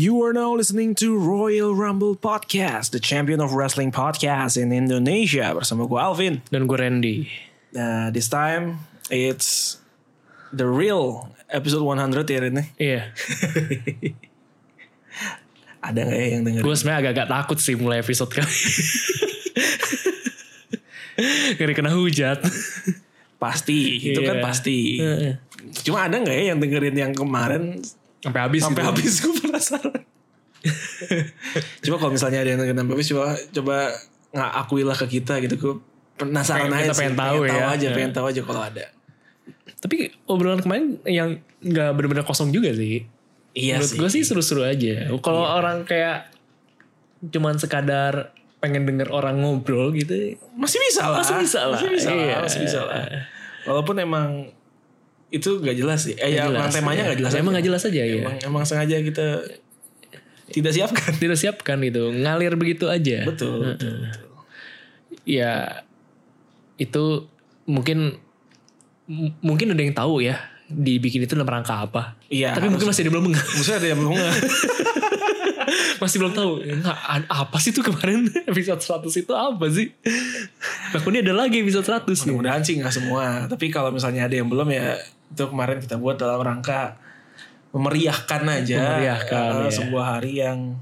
You are now listening to Royal Rumble Podcast, the champion of wrestling podcast in Indonesia. Bersama gue Alvin. Dan gue Randy. This time, it's the real episode 100 ya Ren. Iya. Ada gak ya yang denger? Gue sebenarnya agak-agak takut sih mulai episode kali. Ngeri kena hujat. Pasti, itu kan pasti. Cuma ada gak ya yang dengerin yang kemarin Sampai habis sampai habis? Gue penasaran. Coba kalau misalnya ada yang dengerin sampai habis, coba nggak akuilah ke kita gitu. Gue penasaran aja kita sih. pengen tahu ya. Pengen tahu aja kalau ada. Tapi obrolan kemarin yang gak benar-benar kosong juga sih. Iya. Menurut gue sih seru-seru aja. Kalau orang kayak cuman sekadar pengen denger orang ngobrol gitu, masih bisa lah. Iya. Masih bisa lah. Walaupun emang itu gak jelas sih. Emang temanya gak jelas. Emang gak jelas aja ya. Emang sengaja kita tidak siapkan. Tidak siapkan gitu. Ngalir begitu aja. Betul. Ya itu mungkin ada yang tahu ya dibikin itu dalam rangka apa. Iya. Tapi mungkin masih ada belum enggak. Maksudnya ada yang belum enggak. Masih belum tahu. Enggak, apa sih tuh kemarin episode 100 itu apa sih? Takutnya ada lagi episode 100. Mudah-mudahan sih gak semua. Tapi kalau misalnya ada yang belum ya, itu kemarin kita buat dalam rangka memeriahkan aja. Ya. Sebuah hari yang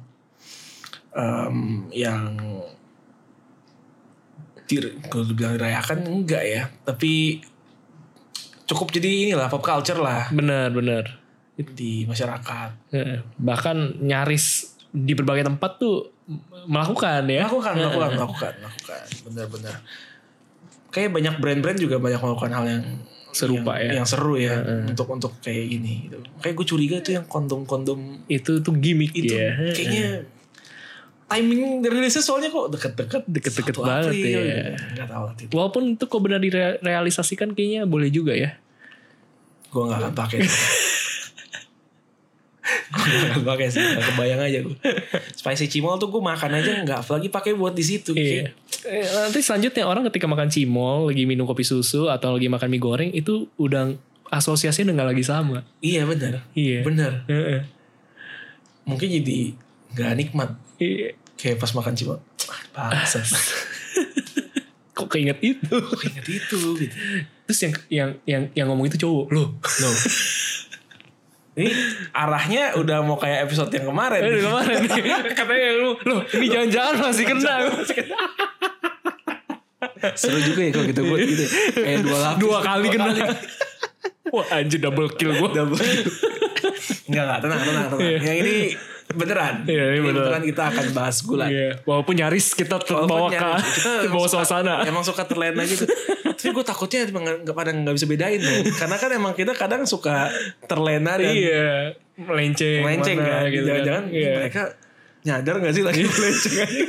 kalau dibilang dirayakan enggak ya. Tapi cukup jadi inilah pop culture lah. Benar. Di masyarakat. Bahkan nyaris di berbagai tempat tuh melakukan ya. Melakukan. Benar. Kayak banyak brand-brand juga banyak melakukan hal yang serupa yang seru ya untuk kayak gini gitu. Kayak gue curiga tuh yang kondom itu tuh gimmick itu ya. Kayaknya timing rilisnya soalnya kok deket banget ya. Nggak tahu itu. Walaupun itu kok benar direalisasikan kayaknya boleh juga ya. Gue nggak akan pakai. Gue gak pakai sih, gak kebayang aja gue. Spicy cimol tuh gue makan aja nggak, apalagi pakai buat di situ. Iya. Nanti selanjutnya orang ketika makan cimol, lagi minum kopi susu atau lagi makan mie goreng itu udah asosiasinya udah nggak lagi sama. Iya benar. Mungkin jadi nggak nikmat. Iya. Kayak pas makan cimol, bangsat. Kok keinget itu gitu. Terus yang ngomong itu cowok loh. Ini arahnya udah mau kayak episode yang kemarin. Katanya loh ini jangan-jangan masih kena. Seru juga ya kalau kita buat gitu. Kayak dua kali kena. Wah anjir double kill gue. Enggak tenang. Yang ini beneran. Iya, ini beneran kita akan bahas gulat. Iya. Walaupun nyaris kita terbawa kita bawa suasana. Emang suka terlena gitu. Tapi gue takutnya nggak bisa bedain loh. Karena kan emang kita kadang suka terlena dan melenceng kan. Gitu Jangan-jangan mereka nyadar nggak sih lagi melenceng aja.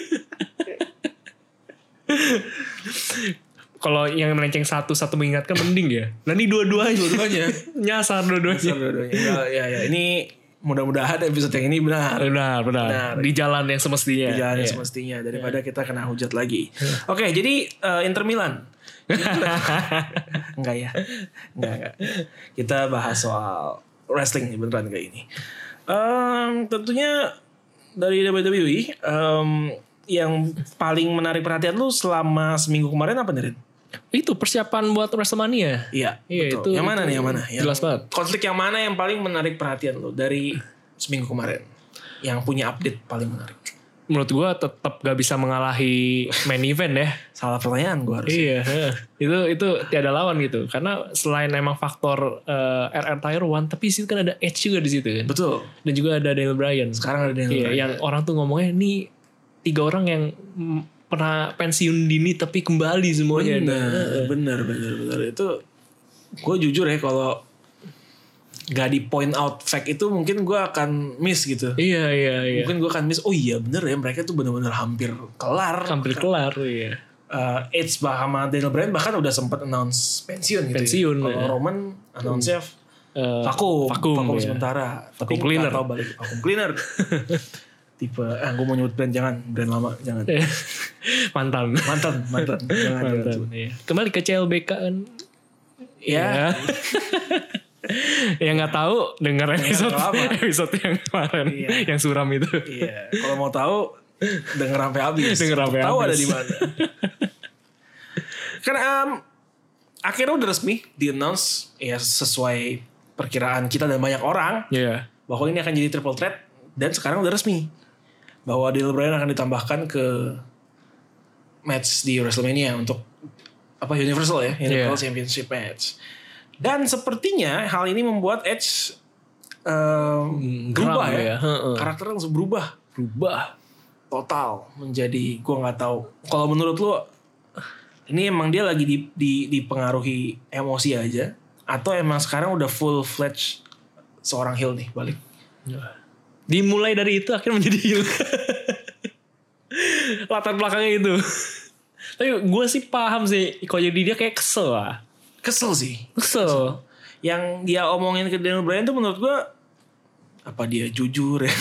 Kalau yang melenceng satu mengingatkan mending ya. Nah ini dua-duanya nyasar dua-duanya. Ya ini mudah-mudahan episode yang ini benar. Di jalan yang semestinya. Daripada kita kena hujat lagi. Oke, jadi Inter Milan. Enggak. Kita bahas soal wrestling nih beneran kayak ini. Tentunya dari WWE yang paling menarik perhatian lu selama seminggu kemarin apa nih Rin? Itu persiapan buat WrestleMania. Iya betul. Yang mana nih? Jelas banget. Konflik yang mana yang paling menarik perhatian lu dari seminggu kemarin? Yang punya update paling menarik? Menurut gue tetap gak bisa mengalahi main event ya. Salah pertanyaan gue harus. Iya. Itu tiada lawan gitu. Karena selain emang faktor RR Tier 1, tapi di situ kan ada Edge juga di situ kan. Betul. Dan juga ada Daniel Bryan. Sekarang ada Daniel Bryan. Yang orang tuh ngomongnya nih 3 orang yang pernah pensiun dini tapi kembali semuanya. Bener. Itu gue jujur ya kalau gak di point out fact itu mungkin gue akan miss gitu. Iya. Mungkin gue akan miss. Oh iya bener ya, mereka tuh benar-benar hampir kelar. Iya. Edge sama Daniel Bryan bahkan udah sempat announce pensiun gitu. Kalau Roman announce-nya vakum sementara. Vakum cleaner. Atau balik vakum cleaner. Tipe gue mau nyebut brand lama jangan. Mantan. Jangan. Iya. Kembali ke CLBK kan. Ya. Yang nggak tahu dengar episode tahu apa. episode yang kemarin yang suram itu. Iya, kalau mau tahu denger sampai habis. Denger sampai Tahu habis. ada di mana. Karena akhirnya udah resmi di-announce ya sesuai perkiraan kita dan banyak orang Iya. bahwa ini akan jadi triple threat dan sekarang udah resmi bahwa Daniel Bryan akan ditambahkan ke match di WrestleMania untuk apa Universal ya, Universal Championship match. Dan sepertinya hal ini membuat Edge berubah ya. Karakternya langsung berubah total menjadi gua nggak tahu. Kalau menurut lu ini emang dia lagi dipengaruhi emosi aja atau emang sekarang udah full fledged seorang heel nih balik? Dimulai dari itu akhirnya menjadi heel. Latar belakangnya itu. Tapi gue sih paham sih kalau jadi dia kayak kesel lah. Kesel sih. Kesel. Yang dia omongin ke Daniel Bryan tuh menurut gue apa dia jujur ya.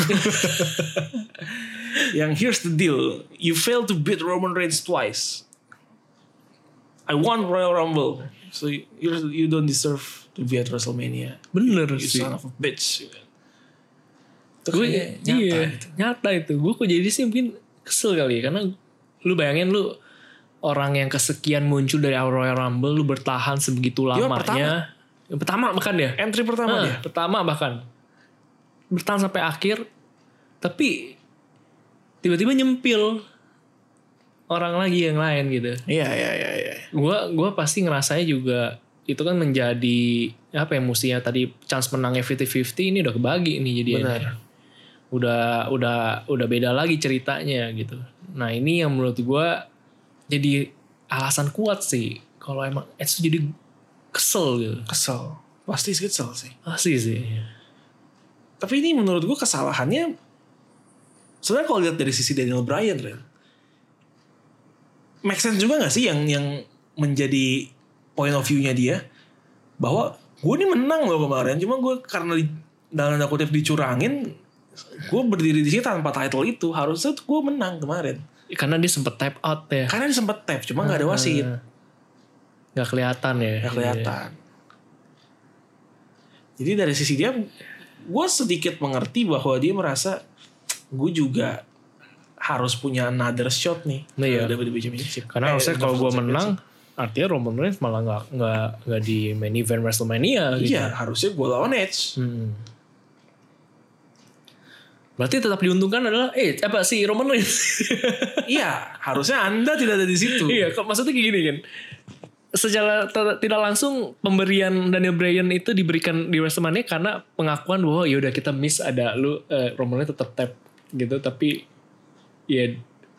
Yang here's the deal, you failed to beat Roman Reigns twice. I won Royal Rumble, so you don't deserve to be at WrestleMania. Bener You sih. son of a bitch. Gue nyata itu. Gue kok jadi sih mungkin kesel kali ya, karena lu bayangin lu orang yang kesekian muncul dari Royal Rumble, lu bertahan sebegitu lamanya. Yang pertama bahkan ya. Entry pertama dia. Pertama bahkan. Bertahan sampai akhir. Tapi tiba-tiba nyempil orang lagi yang lain gitu. Iya. Gua pasti ngerasanya juga itu kan menjadi apa ya, mestinya tadi chance menangnya 50-50 ini udah kebagi nih jadinya. Benar. Udah beda lagi ceritanya gitu. Nah, ini yang menurut gua jadi alasan kuat sih kalau emang Edge jadi kesel gitu. Kesel. Pasti kesel sih. Pasti sih. Tapi ini menurut gue kesalahannya sebenarnya kalau lihat dari sisi Daniel Bryan, Ren, make sense juga gak sih yang menjadi point of view-nya dia bahwa gue ini menang loh kemarin, cuma gue karena dalam tanda kutip dicurangin, gue berdiri di sini tanpa title itu, harusnya gue menang kemarin. Karena dia sempet tap out ya. Karena dia sempat tap, cuma gak ada wasit. Gak kelihatan ya. Gak kelihatan. Jadi dari sisi dia, gue sedikit mengerti bahwa dia merasa gue juga harus punya another shot nih. Iya. WWE Championship. Karena harusnya kalau gue menang, artinya Roman Reigns malah nggak di main event WrestleMania. Gitu. Iya, harusnya gue lawan Edge. Berarti tetap diuntungkan adalah si Roman Reigns. Iya, harusnya Anda tidak ada di situ. Iya, maksudnya kayak gini kan. Secara tidak langsung pemberian Daniel Bryan itu diberikan di WrestleMania karena pengakuan bahwa ya udah kita miss ada lu Roman Reigns tetap tap gitu, tapi ya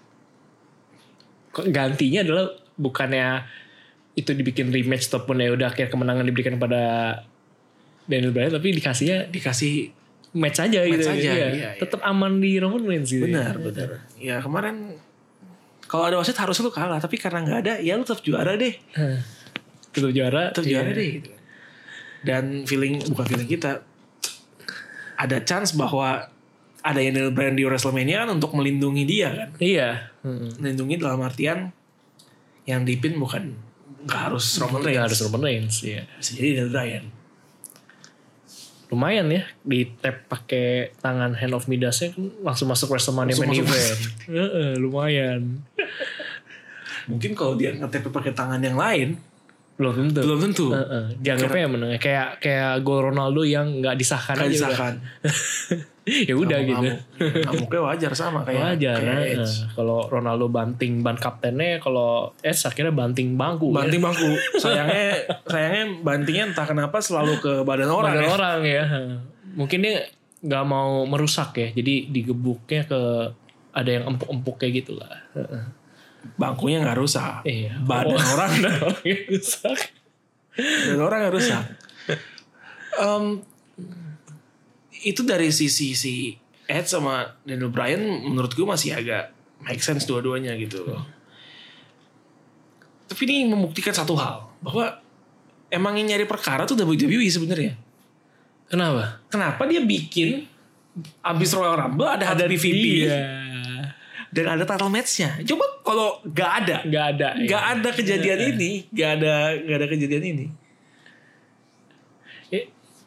gantinya adalah bukannya itu dibikin rematch ataupun ya udah akhir kemenangan diberikan kepada Daniel Bryan, tapi dikasih match aja gitu. Iya. Tetap aman di Roman Reigns gitu. Benar. Ya kemarin kalau ada wasit harusnya lu kalah, tapi karena nggak ada, ya lu tetap juara deh. Tetap juara deh. Gitu. Dan bukan feeling kita, ada chance bahwa ada Daniel Bryan di WrestleMania kan untuk melindungi dia kan. Iya. Melindungi dalam artian yang dipin bukan nggak harus Roman Reigns. Nggak harus Roman Reigns, iya. Bisa jadi Daniel Bryan. Lumayan ya, di tap pakai tangan Hand of Midasnya kan langsung masuk WrestleMania main event. Lumayan. Mungkin kalau dia nge-tap pakai tangan yang lain belum tentu. Dianggapnya menang kayak gol Ronaldo yang nggak disahkan. Nggak disahkan. Ya udah gitu. Ngamuknya wajar sama kayak Edge. Kalau Ronaldo banting ban kaptennya, kalau Edge akhirnya banting bangku. Bangku. Sayangnya bantingnya entah kenapa selalu ke badan orang ya. Mungkin dia nggak mau merusak ya, jadi digebuknya ke ada yang empuk-empuk kayak gitulah. Bangkunya nggak rusak. Iya. Badan orang rusak. Badan orang nggak rusak. Itu dari sisi si Edge sama Daniel Bryan menurut gue masih agak make sense dua-duanya gitu. Tapi ini membuktikan satu hal, bahwa emang yang nyari perkara tuh WWE sebenarnya. Kenapa dia bikin abis Royal Rumble ada PVP dan ada title match-nya. Coba kalau nggak ada kejadian ini, nggak ada kejadian ini.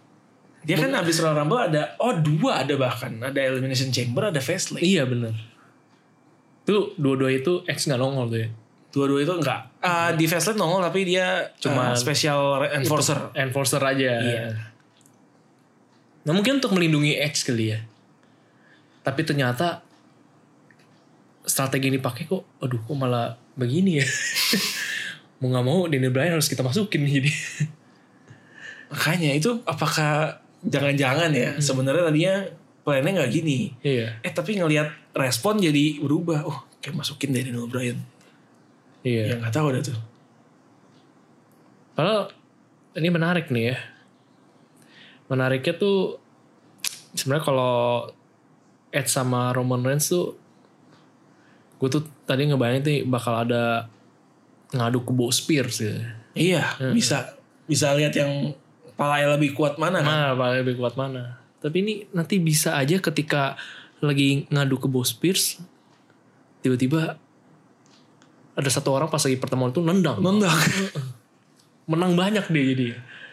Dia kan abis Royal Rumble ada 2 ada bahkan. Ada Elimination Chamber, ada Fastlane. Iya bener. Tuh dua-dua itu X gak nongol tuh ya. Dua-dua itu enggak. Di Fastlane nongol tapi dia cuma special enforcer. Enforcer aja. Iya. Nah mungkin untuk melindungi X kali ya. Tapi ternyata strategi yang dipakai kok malah begini ya. Mau gak mau Daniel Bryan harus kita masukin jadi. Makanya itu apakah jangan-jangan ya sebenarnya tadinya plannya nggak gini. Iya. Tapi ngelihat respon jadi berubah. Kayak masukin Daniel Bryan. Iya. Ya nggak tahu dah tuh. Padahal ini menarik nih ya. Menariknya tuh sebenarnya kalau Edge sama Roman Reigns tuh, gue tuh tadi ngebayangin tuh bakal ada ngadu ke Bo Spears ya. Iya, bisa lihat yang palanya lebih kuat mana kan? Palanya lebih kuat mana. Tapi ini nanti bisa aja ketika lagi ngadu ke Bo Spears, tiba-tiba ada satu orang pas lagi pertemuan itu nendang. Menang banyak dia jadi.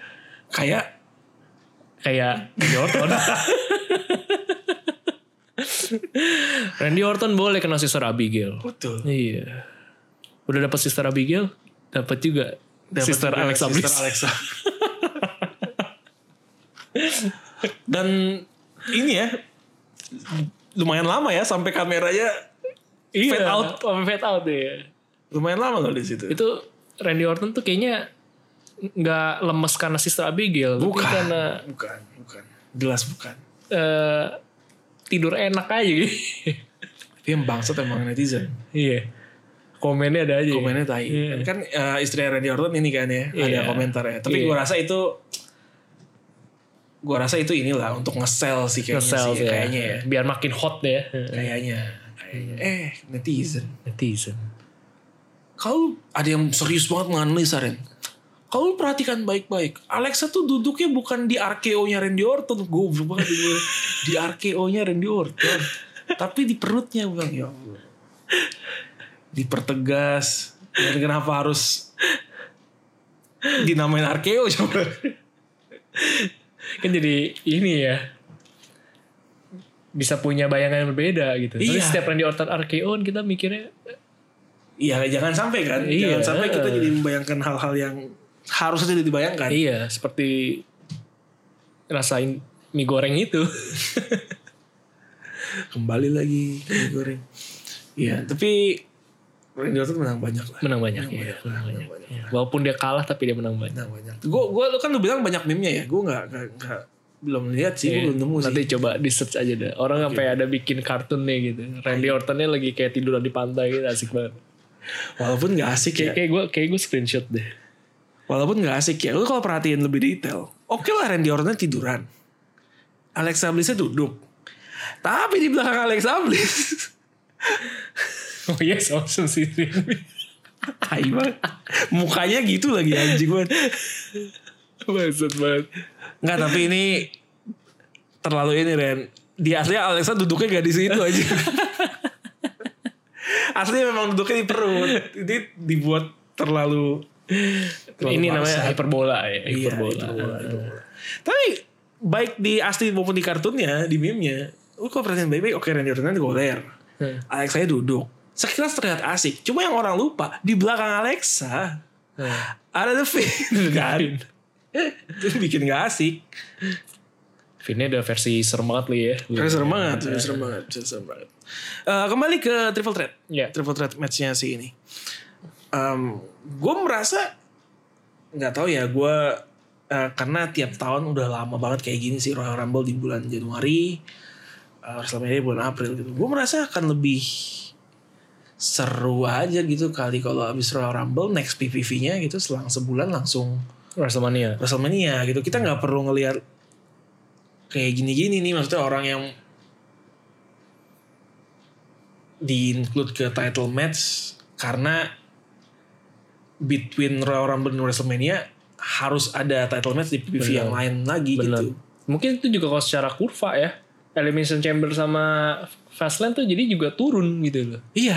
Kayak Randy Orton. Randy Orton boleh kena Sister Abigail. Betul. Iya. Udah dapat Sister Abigail, dapat juga Sister Alexa Bliss. Dan ini ya lumayan lama ya sampai kameranya fade out. Fade out ya. Lumayan lama loh di situ. Itu Randy Orton tuh kayaknya nggak lemes karena Sister Abigail, bukan. Jelas bukan. Tidur enak aja gitu. Tapi yang bangsat emang netizen. Iya. Komennya ada aja. Komennya tai. Iya. Kan istri Randy Orton ini kan ya, ada komentar ya. Tapi gue rasa itu inilah untuk nge-sell sih kayaknya ya. Biar makin hot deh. Kayaknya. Netizen. Kalau ada yang serius banget menganalisa Ren. Kalau lu perhatikan baik-baik, Alexa tuh duduknya bukan di RKO-nya Randy Orton. Goblok banget gue. Di RKO-nya Randy Orton. Tapi di perutnya bang. Ya Allah. Dipertegas. Dan kenapa harus dinamain RKO coba? Kan jadi ini ya. Bisa punya bayangan yang berbeda gitu. Tapi setiap Randy Orton RKO kita mikirnya. Iya jangan sampai kan. Jangan sampai kita jadi membayangkan hal-hal yang harusnya tidak dibayangkan. Iya, seperti rasain mie goreng itu. Kembali lagi ke mie goreng. Iya, tapi Randy Orton menang banyak lah. Menang banyak. Walaupun dia kalah tapi dia menang banyak. Gue kan lu bilang banyak meme-nya ya. Gue nggak belum lihat sih, gue belum nemu sih. Nanti coba di search aja deh. Orang sampai ada bikin kartunnya gitu. Randy Ortonnya lagi kayak tiduran di pantai gitu, asik banget. Walaupun nggak asik ya. Kayak gue screenshot deh. Walaupun gak asik ya. Lu kalau perhatiin lebih detail. Oke lah Randy Orton tiduran. Alexa Blissnya duduk. Tapi di belakang Alexa Bliss. Oh yes, awesome sih. Hai banget. Mukanya gitu lagi anjing banget. Maksud banget. Enggak, tapi ini terlalu ini Ren. Di aslinya Alexa duduknya gak di situ aja. Aslinya memang duduknya di perut. Ini dibuat terlalu ini namanya hiperbola ya. Hiperbola. Tapi baik di asli maupun di kartunnya, di meme-nya, lu kalau perhatian baik-baik, oke Randy Orton goler. Alexa duduk. Sekilas terlihat asik. Cuma yang orang lupa, di belakang Alexa ada The Finn kan. Itu bikin gak asik. Finnnya ada versi serem banget lah ya. Serem banget. Kembali ke Triple Threat. Triple Threat match-nya si ini. Gue merasa nggak tahu ya, gue karena tiap tahun udah lama banget kayak gini sih Royal Rumble di bulan Januari, WrestleMania bulan April gitu. Gue merasa akan lebih seru aja gitu kali kalau abis Royal Rumble next PPV-nya gitu selang sebulan langsung WrestleMania gitu. Kita nggak perlu ngelihat kayak gini-gini nih, maksudnya orang yang di-include ke title match karena between Royal Rumble dan WrestleMania harus ada title match di PPV yang lain lagi gitu. Mungkin itu juga kalau secara kurva ya. Elimination Chamber sama Fastlane tuh jadi juga turun gitu loh. Iya.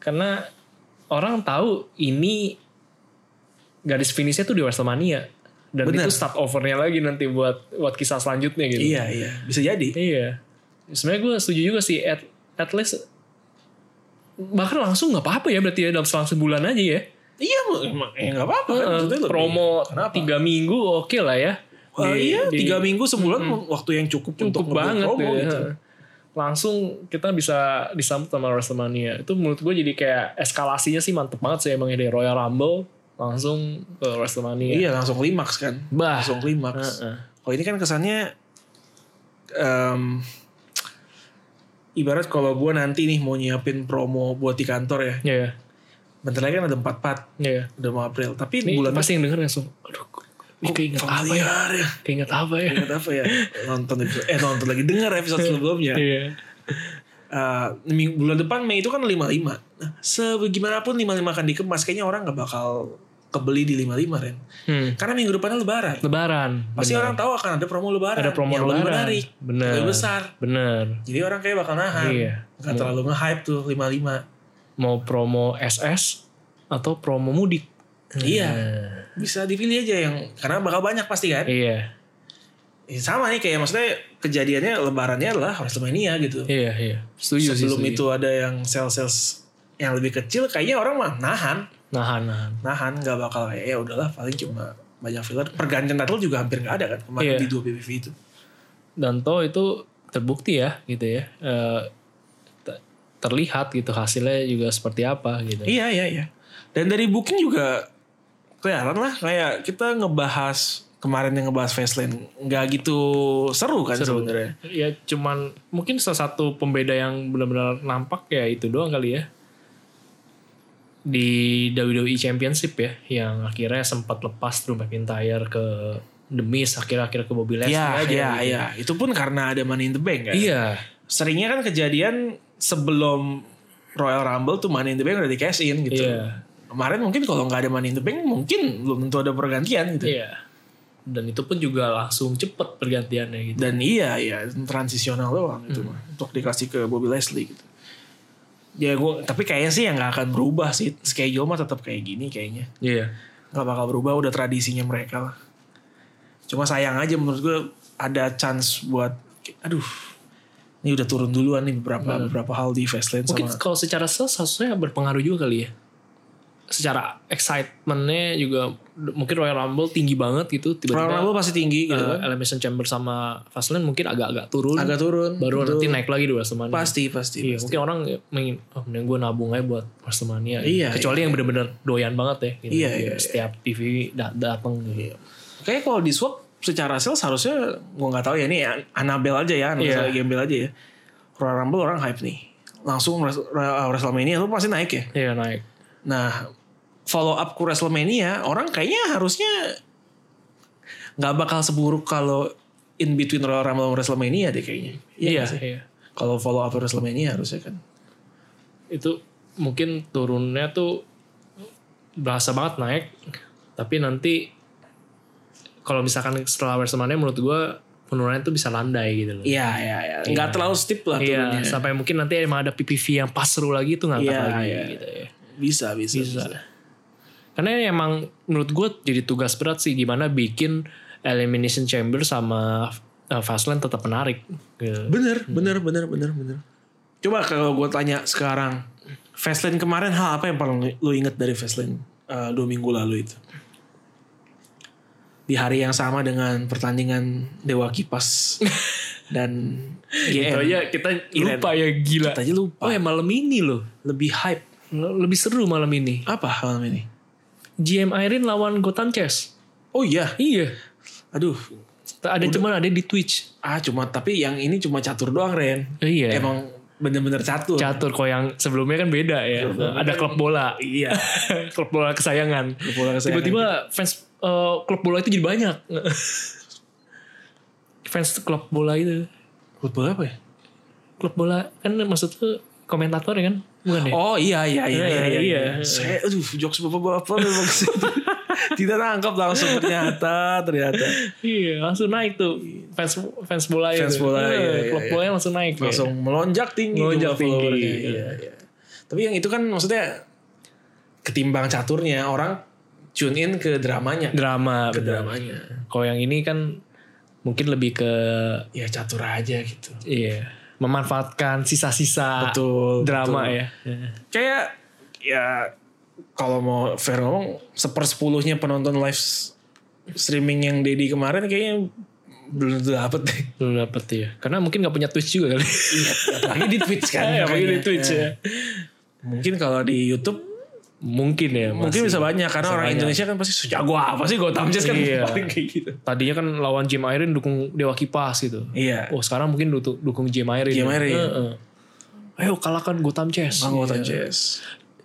Karena orang tahu ini garis finishnya tuh di WrestleMania. Dan Bener. itu start overnya lagi nanti buat kisah selanjutnya gitu. Iya, bisa jadi. Iya. Sebenarnya gue setuju juga sih at least bahkan langsung nggak apa-apa ya berarti ya dalam selang sebulan aja ya. Iya, emang nggak apa-apa kan. Maksudnya lebih- Promo Kenapa? 3 minggu oke lah ya. Iya, 3 minggu sebulan waktu yang cukup untuk Cukup banget promo ya. gitu. Langsung kita bisa disambut sama WrestleMania. Itu menurut gue jadi kayak eskalasinya sih mantep banget sih emang dari Royal Rumble langsung ke WrestleMania. Iya, langsung klimaks kan. Bah. Langsung klimaks. Kalau ini kan kesannya ibarat kalau gue nanti nih mau nyiapin promo buat di kantor ya. Iya. Bentar lagi kan ada 44. Iya. Udah mau April. Tapi Ini bulan pasti yang denger langsung aduh keinget apa ya? ya? Keinget apa ya? Ingat apa ya? Nonton lagi denger episode sebelumnya. Iya. Bulan depan Mei itu kan 55. Nah, sebagimanapun 55 akan dikemas, kayaknya orang gak bakal kebeli di 55 Ren. Karena minggu depannya lebaran. Pasti bener. orang tahu akan ada promo lebaran. Ada promo yang lebih lebaran. menarik. Bener. Lebih besar. Bener. Jadi orang kayak bakal nahan. Iya. Gak terlalu nge-hype tuh 55. Mau promo SS atau promo mudik. Iya. Bisa dipilih aja yang, karena bakal banyak pasti kan. Iya. Sama nih kayak maksudnya kejadiannya lebarannya adalah WrestleMania gitu. Iya. Setuju Sebelum sih. itu ada yang sales yang lebih kecil, kayaknya orang mah nahan nggak bakal kayak ya udahlah paling cuma banyak filler. Pergantian title juga hampir nggak ada kan kemarin di 2 PPV itu. Dan toh itu terbukti ya gitu ya. Terlihat gitu hasilnya juga seperti apa gitu. Iya. Dan dari booking juga kelihatan lah, kayak kita ngebahas kemarin yang ngebahas Fastlane nggak gitu seru kan sebenarnya. Ya cuman mungkin salah satu pembeda yang benar-benar nampak ya itu doang kali ya. Di WWE Championship ya, yang akhirnya sempat lepas Drew McIntyre ke The Miz, akhirnya ke Bobby Lashley aja. Iya. Itu pun karena ada Money in the Bank kan. Iya. Seringnya kan kejadian sebelum Royal Rumble tuh Money in the Bank udah di cash in gitu. Iya. Kemarin mungkin kalau nggak ada Money in the Bank mungkin belum tentu ada pergantian gitu. Iya. Dan itu pun juga langsung cepet pergantiannya gitu. Dan iya transisional doang itu mah untuk dikasih ke Bobby Lashley gitu. Ya tapi kayaknya sih yang nggak akan berubah sih, schedule mah tetap kayak gini kayaknya. Iya. Nggak bakal berubah, udah tradisinya mereka lah. Cuma sayang aja menurut gue ada chance buat ini udah turun duluan nih beberapa hal di Fastlane. Mungkin kalau secara sales harusnya berpengaruh juga kali ya. Secara excitementnya juga mungkin Royal Rumble tinggi banget gitu. Tiba-tiba Royal Rumble pasti tinggi gitu kan. Elimination Chamber sama Fastlane mungkin agak turun. Baru betul. nanti naik lagi di WrestleMania. Pasti. Iya, mungkin orang mending gue nabung aja buat WrestleMania. Iya, Kecuali yang bener-bener doyan banget ya. Gitu. Iya. Setiap TV datang gitu. Kayak kalau di swap secara sales harusnya gue nggak tahu ya, ini Annabelle aja ya, Gembel aja ya. Royal Rumble orang hype nih. Langsung WrestleMania tuh pasti naik ya. Iya, naik. Nah, follow up ke WrestleMania orang kayaknya harusnya nggak bakal seburuk kalau in between Royal Rumble dan WrestleMania deh kayaknya. Iya. Kalau follow up WrestleMania harusnya kan. Itu mungkin turunnya tuh berasa banget naik, tapi nanti kalau misalkan setelah WrestleMania menurut gue penurunannya tuh bisa landai gitu loh. Iya. Nggak terlalu steep lah turunnya. Iya, sampai mungkin nanti emang ada PPV yang pas seru lagi tuh ngangkat lagi gitu ya. Bisa. Karena emang menurut gue jadi tugas berat sih gimana bikin Elimination Chamber sama Fastlane tetap menarik. Bener. Coba kalau gue tanya sekarang, Fastlane kemarin hal apa yang paling lu inget dari Fastlane 2 minggu lalu itu? Di hari yang sama dengan pertandingan Dewa Kipas dan Gitu aja kita lupa ya, gila. Kita aja lupa. Oh ya malam ini loh. Lebih hype. Lebih seru malam ini. Apa malam ini? GM Irene lawan Gotham Chess. Oh iya. Iya. Aduh. Cuma ada di Twitch. Tapi yang ini cuma catur doang Ren. Iya. Emang bener-bener catur. Catur, kok yang sebelumnya kan beda ya. Ada klub bola. Iya. Klub bola kesayangan. Tiba-tiba fans klub bola itu jadi banyak. Fans klub bola itu. Klub bola apa ya? Klub bola kan maksudnya komentator ya kan? Bukan ya? Oh iya. Saya jokes bapak-bapak memang tidak nangkap langsung ternyata. Iya, langsung naik tuh fans bola itu. Fans bola, klub bola langsung naik. Langsung melonjak tinggi. Tapi yang itu kan maksudnya ketimbang caturnya orang tune in ke dramanya. Drama. Ke bener. dramanya. Kalau yang ini kan mungkin lebih ke Ya catur aja gitu. iya, memanfaatkan sisa-sisa Betul, drama betul. ya. Kayak ya kalau mau fair ngomong 1/10 penonton live streaming yang Dedi kemarin kayaknya belum dapet deh. Belum dapet ya. Karena mungkin gak punya Twitch juga kali. Iya, apalagi di Twitch kan. Ya, apalagi makanya. di Twitch ya. Mungkin kalau di YouTube Mungkin ya. mungkin bisa banyak karena bisa orang banyak. Indonesia kan pasti sejago apa sih Gotham Chess kan Iya. paling kayak gitu. Tadinya kan lawan Jim Irene dukung Dewa Kipas gitu. Iya. Oh sekarang mungkin dukung Jim Irene. Jim Irene. Ayo kalahkan Gotham Chess. Gotham Iya. Chess.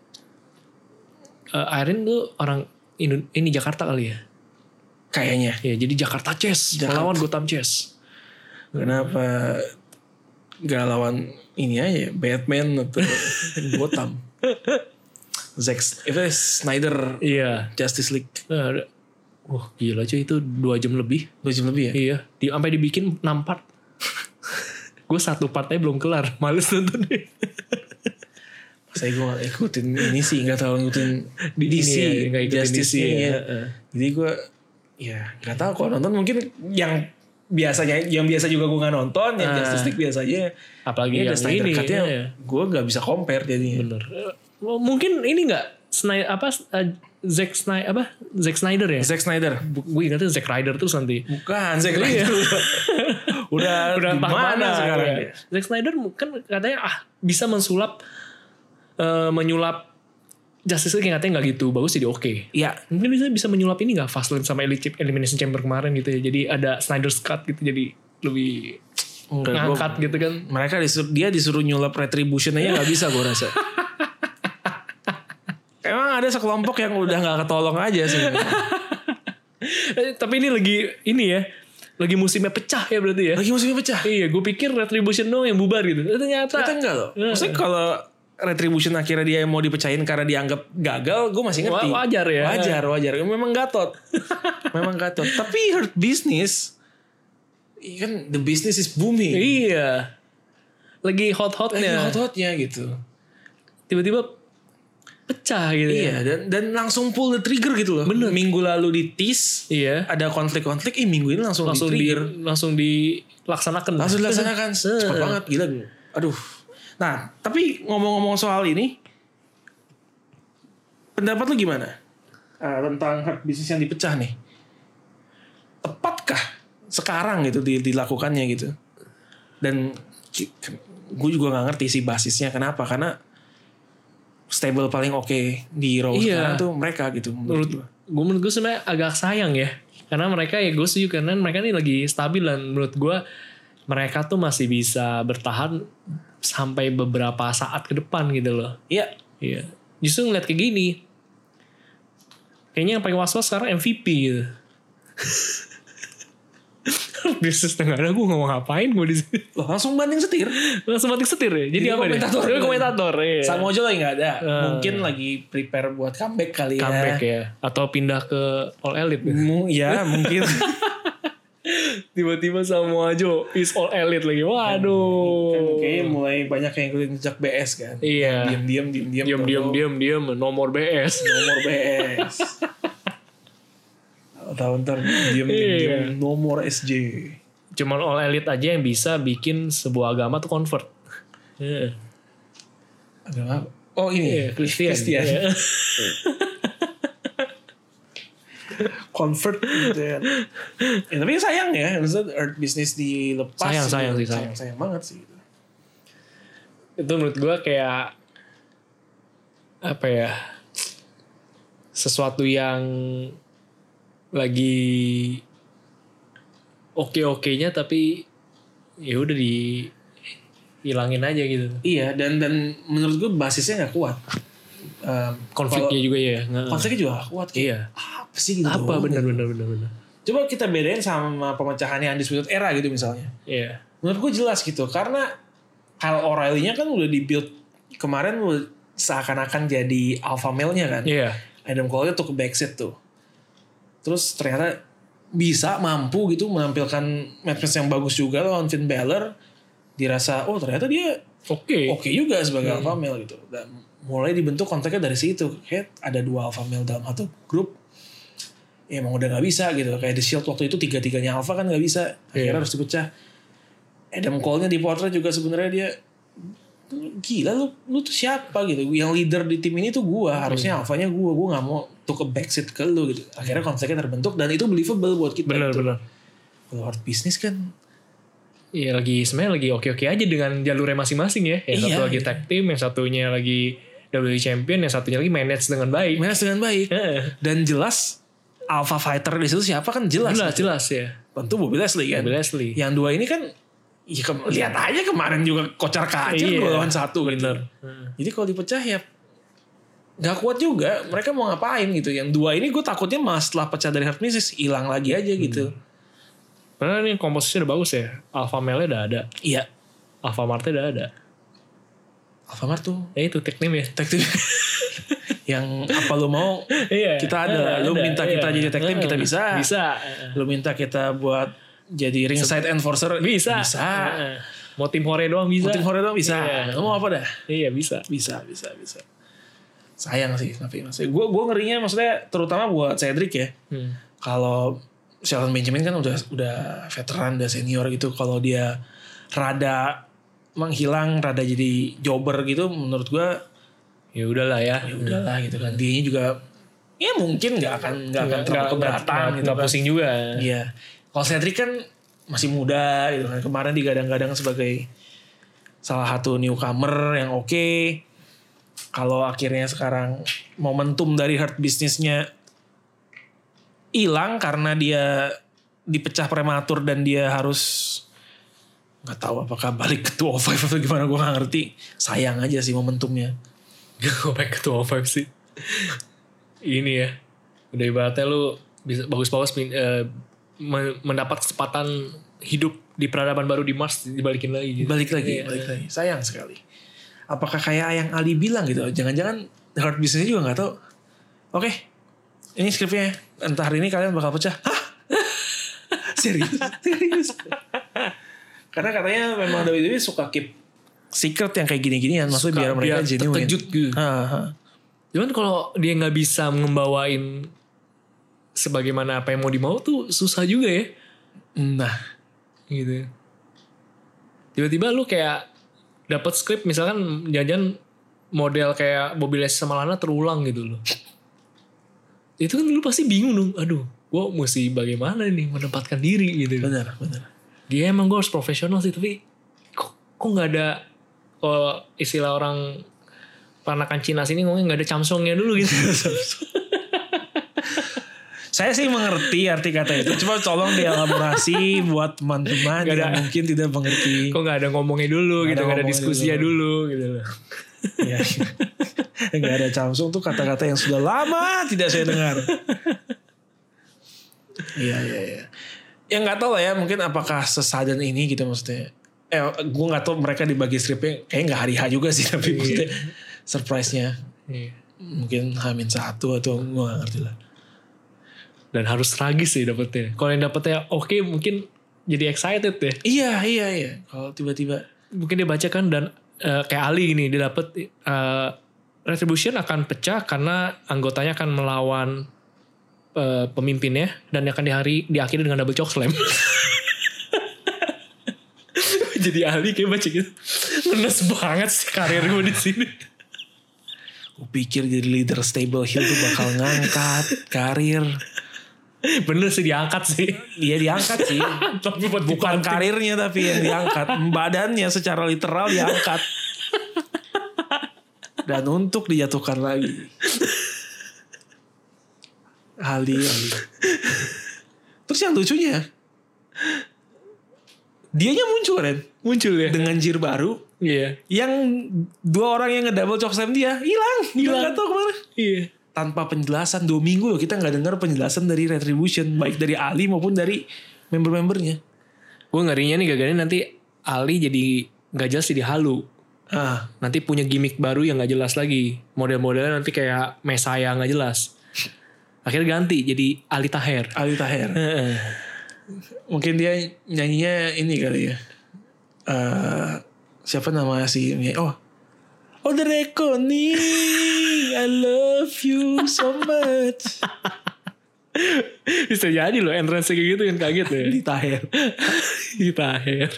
Irene tuh orang ini Jakarta kali ya. Kayaknya. Ya jadi Jakarta Chess melawan Gotham Chess. Kenapa gak lawan ini aja Batman atau Gotham? Zack Snyder Iya. Justice League Wah gila cuy itu 2 jam lebih. 2 jam lebih ya? Iya. Sampai dibikin 6 part. Gue 1 partnya belum kelar. Males nonton deh. Saya gue gak ikutin ini sih, gak terlalu ngikutin Di DC, ini ya, nggak ikutin Justice DC ya. ya. Jadi gue ya gak tahu kalau nonton mungkin yang biasa juga gue gak nonton, yang Justice League biasa aja. Apalagi Ada yang Snyder ini. Cut-nya Ya. gue gak bisa compare jadinya. Bener. Mungkin ini gak Zack Snyder ya? Zack Snyder. Gue ingatnya Zack Ryder terus nanti. Bukan Zack Snyder. udah di mana sekarang ya. dia? Zack Snyder kan katanya bisa menyulap Justice League yang katanya gak gitu bagus jadi oke. Iya. Mungkin bisa menyulap ini gak Fastlane sama Elimination Chamber kemarin gitu ya. Jadi ada Snyder's Cut gitu jadi lebih ngangkat gitu kan. Mereka dia disuruh nyulap Retribution aja gak bisa gue rasa. Emang ada sekelompok yang udah gak ketolong aja sih. Tapi ini lagi musimnya pecah ya berarti ya. Lagi musimnya pecah. Iya, gue pikir Retribution doang yang bubar gitu. Ternyata enggak loh. Maksudnya kalau Retribution akhirnya dia mau dipecahin karena dianggap gagal, gue masih ngerti. Wajar ya. Wajar. Memang gatot. Tapi Hurt Business, kan the business is booming. Iya. Lagi hot-hotnya. Lagi hot-hotnya gitu. Tiba-tiba pecah gitu. Iya, dan langsung pull the trigger gitu loh. Bener. Minggu lalu di tease, Iya. ada konflik-konflik, minggu ini langsung di trigger. Langsung dilaksanakan. Langsung dilaksanakan. Cepet banget, gila. Aduh. Nah, tapi ngomong-ngomong soal ini, pendapat lu gimana? Tentang Hurt Business yang dipecah nih. Tepatkah sekarang gitu dilakukannya gitu? Dan gue juga gak ngerti sih basisnya kenapa. Karena stable paling oke di Raw sekarang tuh mereka gitu. Menurut gue sebenarnya agak sayang ya. Karena mereka ya gue setuju karena mereka ini lagi stabil dan menurut gue mereka tuh masih bisa bertahan sampai beberapa saat ke depan gitu loh. Iya. Iya. Justru ngeliat kayak gini. Kayaknya yang paling was-was sekarang MVP gitu. Bisnis tengah ada gue ngomong ngapain gue di sini. Loh, langsung banting setir. Langsung batik setir ya. Jadi apa komentator. dia? Jadi komentator. Iya. Samojo lagi gak ada. Mungkin lagi prepare buat comeback kali ya. Comeback ya. Atau pindah ke All Elite. Ya mungkin. Tiba-tiba Samojo is All Elite lagi. Waduh. Kan kayaknya mulai banyak yang ikutin jejak BS kan. Iya. Diam-diam. Nomor BS. Nomor BS. Tahun ntar diam nomor SJ. Cuman All Elite aja yang bisa bikin sebuah agama tuh convert. Agama? Oh ini Kristen. Iya. Convert gitu ya. Tapi sayang ya, maksudnya Earth Business dilepas. Sayang banget sih. Itu menurut gue kayak apa ya? Sesuatu yang lagi oke-okenya tapi ya udah dihilangin aja gitu. Iya, dan menurut gue basisnya nggak kuat. Konfliknya juga ya. Konfliknya juga gak kuat. Iya. Apa sih gitu? Apa benar. Coba kita bedain sama pemecahannya Undisputed Era gitu misalnya. Iya. Menurut gue jelas gitu. Karena Kyle O'Reilly-nya kan udah di-build kemarin seakan-akan jadi alpha male-nya kan. Iya. Adam Cole-nya tuh ke backseat tuh. Terus ternyata bisa mampu gitu menampilkan match yang bagus juga lawan Finn Balor. Dirasa ternyata dia oke juga sebagai alpha male gitu. Dan mulai dibentuk kontaknya dari situ. Kayak ada 2 alpha male dalam satu grup. ya emang udah gak bisa gitu. Kayak The Shield waktu itu 3-3-nya Alpha kan gak bisa, akhirnya harus dipecah. Adam Cole-nya di potret juga sebenarnya dia gila, lu tuh siapa gitu, yang leader di tim ini tuh gue, harusnya Alpha-nya gue gak mau tuh ke backseat ke lu gitu. Akhirnya konfliknya terbentuk dan itu believable buat kita. Bener. Kalau hard business kan iya sebenarnya lagi oke-oke aja dengan jalurnya masing-masing ya. Yang satu lagi tag team, yang satunya lagi WWE Champion, yang satunya lagi manage dengan baik. Dan jelas alpha fighter di situ siapa kan jelas ya. Tentu Bobby Lashley kan. Yang dua ini kan ya lihat aja kemarin juga kocar kacir 2 lawan 1 bener. Jadi kalau dipecah ya gak kuat juga. Mereka mau ngapain gitu. Yang dua ini gue takutnya malah setelah pecah dari hard business hilang lagi aja gitu. Karena ini komposisinya udah bagus ya. Alpha Male udah ada. Iya. Alpha Marte udah ada. Alpha Mart tuh. Ya itu tag team ya. Tag team. Yang apa lu mau kita ada. Lu minta kita jadi tag team kita bisa. Lu minta kita buat jadi ringside enforcer bisa. Mau tim hore doang bisa. Lu mau apa dah? Iya bisa. Sayang sih tapi maksudnya gue ngerinya maksudnya terutama buat Cedric ya. Kalau Shelton Benjamin kan udah veteran, udah senior gitu. Kalau dia rada menghilang, rada jadi jobber gitu, menurut gue ya udahlah gitu kan. Dianya juga ya mungkin nggak akan terlalu keberatan gitu, nggak pusing juga. Iya. Kalau Cedric kan masih muda gitu kan. Kemarin digadang-gadang sebagai salah satu newcomer yang oke. Kalau akhirnya sekarang momentum dari hard business-nya hilang karena dia dipecah prematur dan dia harus nggak tahu apakah balik ke 205 atau gimana, gue nggak ngerti. Sayang aja sih momentumnya. Gue balik ke 205 sih. Ini ya, udah ibaratnya lu bisa bagus-bagus mendapat kesempatan hidup di peradaban baru di Mars, dibalikin lagi gitu. Balik lagi. Sayang sekali. Apakah kayak yang Ali bilang gitu, jangan-jangan hard business juga nggak tahu. Oke, ini skripnya, entah hari ini kalian bakal pecah. Hah? Serius. Karena katanya memang WWE suka keep secret yang kayak gini-ginian, maksudnya biar mereka genuine. Terkejut gitu. Cuman kalau dia nggak bisa ngebawain sebagaimana apa yang mau dimau tuh susah juga ya. Nah, gitu. Tiba-tiba lu kayak dapat skrip misalkan jangan model kayak Bobby Lashley sama Lana terulang gitu loh. Itu kan lu pasti bingung dong. Aduh, gue mesti bagaimana nih menempatkan diri gitu. Benar. Dia emang gue harus profesional sih, tapi kok nggak ada, kalau istilah orang peranakan Cina sini ngomongnya nggak ada camsongnya dulu gitu. Saya sih mengerti arti kata itu. Cuma tolong dielaborasi buat teman-teman yang mungkin tidak mengerti. Kok gak ada ngomongnya dulu gitu. Gak ada diskusinya dulu gitu loh. Ya, gak ada camsung tuh kata-kata yang sudah lama tidak saya dengar. Iya. Ya gak tahu lah ya. Mungkin apakah sesadan ini gitu maksudnya. Gue gak tahu mereka dibagi stripnya. Kayaknya gak hari H juga sih. Tapi maksudnya surprise-nya. Mungkin H-1 atau gue gak ngerti lah. Dan harus tragis sih dapetnya. Kalau yang dapetnya oke, mungkin jadi excited ya. Iya. Kalau tiba-tiba mungkin dia baca kan, dan kayak Ali gini, dia dapet Retribution akan pecah karena anggotanya akan melawan pemimpinnya dan akan diakhiri dengan double choke slam. Jadi Ali kayak baca gitu. Ngenes banget sih karir gue di sini. Gue pikir jadi leader stable heel tuh bakal ngangkat karir. Bener sih diangkat sih. Iya diangkat sih. Tapi bukan karirnya tapi yang diangkat. Badannya secara literal diangkat. Dan untuk dijatuhkan lagi. Ali. Terus yang lucunya, dianya muncul Ren. Muncul ya. Dengan gear baru. Iya. Yang 2 orang yang ngedouble choke slam dia hilang. Gak tau kemana. Iya. Tanpa penjelasan 2 minggu loh kita gak dengar penjelasan dari Retribution, baik dari Ali maupun dari member-membernya. Gue ngerinya nih gara-gara nanti Ali jadi gak jelas, jadi halu. Nanti punya gimmick baru yang gak jelas lagi. Model-modelnya nanti kayak Messiah gak jelas. Akhirnya ganti jadi Ali Taher. Mungkin dia nyanyinya ini kali ya. Siapa nama si Oh the reckoning, I love you so much. Bisa jadi loh entrance kayak gitu yang kaget ya. Di Tahir. Di Tahir.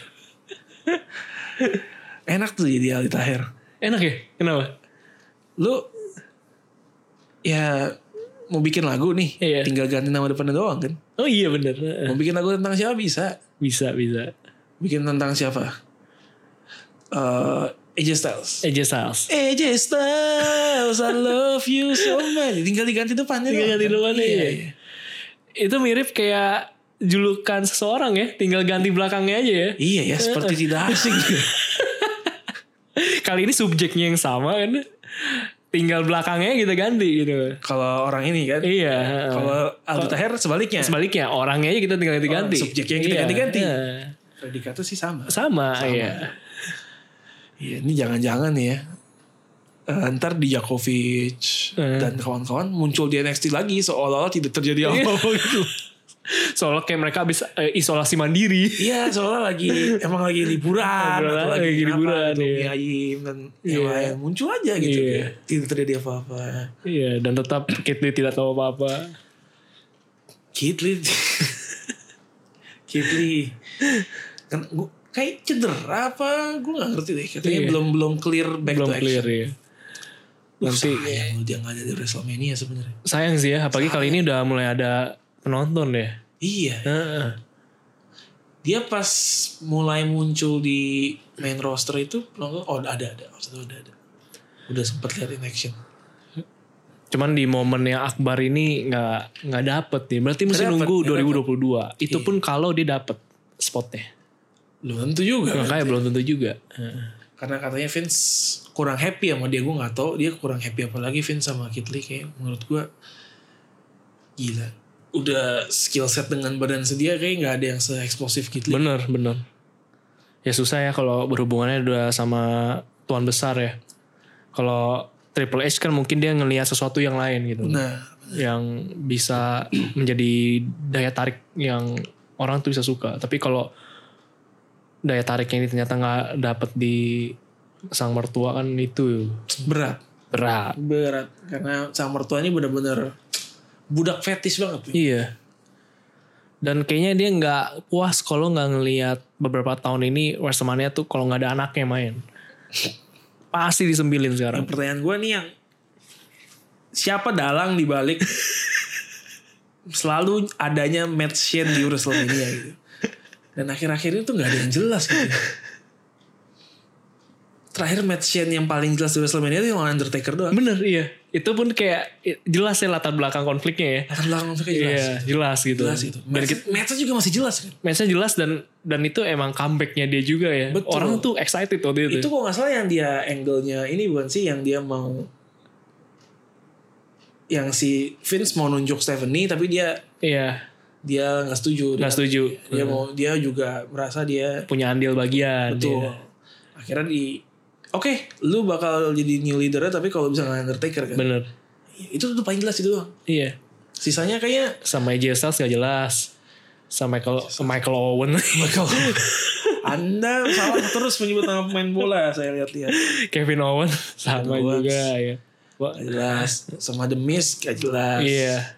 Enak tuh jadi Aldi Tahir. Enak ya? Kenapa? Lu ya mau bikin lagu nih, Iya. tinggal ganti nama depannya doang kan. Oh iya bener. Mau bikin lagu tentang siapa bisa. Bisa. Bikin tentang siapa? AJ Styles. AJ Styles. AJ Styles, I love you so much. Tinggal diganti depannya. Tinggal ganti depannya Iya, ya. iya. Itu mirip kayak julukan seseorang ya. Tinggal ganti belakangnya aja ya. Iya ya, seperti tidak asing. Kali ini subjeknya yang sama kan. Tinggal belakangnya kita ganti gitu. Kalau orang ini kan. Iya. Kalau Aldi Tahir sebaliknya. Sebaliknya orangnya aja kita tinggal ganti-ganti. Subjeknya yang kita Iya. ganti-ganti. Iya. Predikatnya sih sama. Sama. Iya. Iya, ini jangan-jangan nih ya. Ntar di Djokovic dan kawan-kawan muncul di NXT lagi seolah-olah tidak terjadi apa-apa gitu. Soalnya kayak mereka habis isolasi mandiri. Iya, soalnya emang lagi liburan atau lagi liburan gitu, ya. Ayim dan yang lain muncul aja gitu ya. Tidak terjadi apa-apa. Iya, dan tetap Kit Lee tidak tahu apa-apa. Kit Lee kan kayak cedera apa gue nggak ngerti deh, katanya belum clear back Belum to clear action. ya. Nanti Sayang dia nggak ada di WrestleMania sebenarnya. sayang sih ya, apalagi kali ini udah mulai ada penonton ya. Iya. Heeh. Dia pas mulai muncul di main roster itu penonton ada. Udah sempet lihat in action. Cuman di momen yang akbar ini nggak dapet nih. Berarti mesti nunggu 2022. Itu pun kalau dia dapet spotnya. Belum tentu juga. Makanya belum tentu juga. Karena katanya Vince kurang happy sama dia. Gue gak tahu dia kurang happy apa lagi Vince sama Kit Lee. Kayak menurut gue gila. Udah skill set dengan badan sedia kayak gak ada yang se-eksplosif Kit Lee. Bener. Ya susah ya kalau berhubungannya udah sama tuan besar ya. Kalau Triple H kan mungkin dia ngelihat sesuatu yang lain gitu. Nah. Yang bisa menjadi daya tarik yang orang tuh bisa suka. Tapi kalau daya tariknya ini ternyata gak dapet di sang mertua kan itu Berat. berat. Karena sang mertuanya bener-bener budak fetis banget. Iya. Dan kayaknya dia nggak puas kalau nggak ngelihat beberapa tahun ini WrestleMania tuh kalau nggak ada anaknya main. Pasti disembilin sekarang. Yang pertanyaan gue nih yang siapa dalang dibalik selalu adanya match Shane di WrestleMania gitu. Dan akhir-akhir ini tuh gak ada yang jelas gitu. Terakhir match Shane yang paling jelas di WrestleMania itu yang Undertaker doang. Bener iya. Itu pun kayak jelas ya latar belakang konfliknya ya. Latar belakang konfliknya jelas. Iya jelas gitu. Jelas gitu. Match-nya juga masih jelas kan. Match-nya jelas dan itu emang comebacknya dia juga ya. Betul. Orang tuh excited waktu itu. Itu kok gak salah yang dia angle-nya ini bukan sih yang dia mau, yang si Vince mau nunjuk Stephanie tapi dia nggak setuju. Dia juga merasa dia punya andil bagian. betul. Dia. Akhirnya Oke, lu bakal jadi new leader tapi kalau bisa nggak Undertaker kan. Bener. Itu tuh paling jelas itu doang. Iya. Sisanya kayaknya Sama AJ Styles gak jelas. Sama Michael Owen. Anda salah terus menyebut nama pemain bola saya lihat-lihat. Kevin Owen sama Owens. juga ya. Gak jelas. Sama The Miz gak jelas. Iya.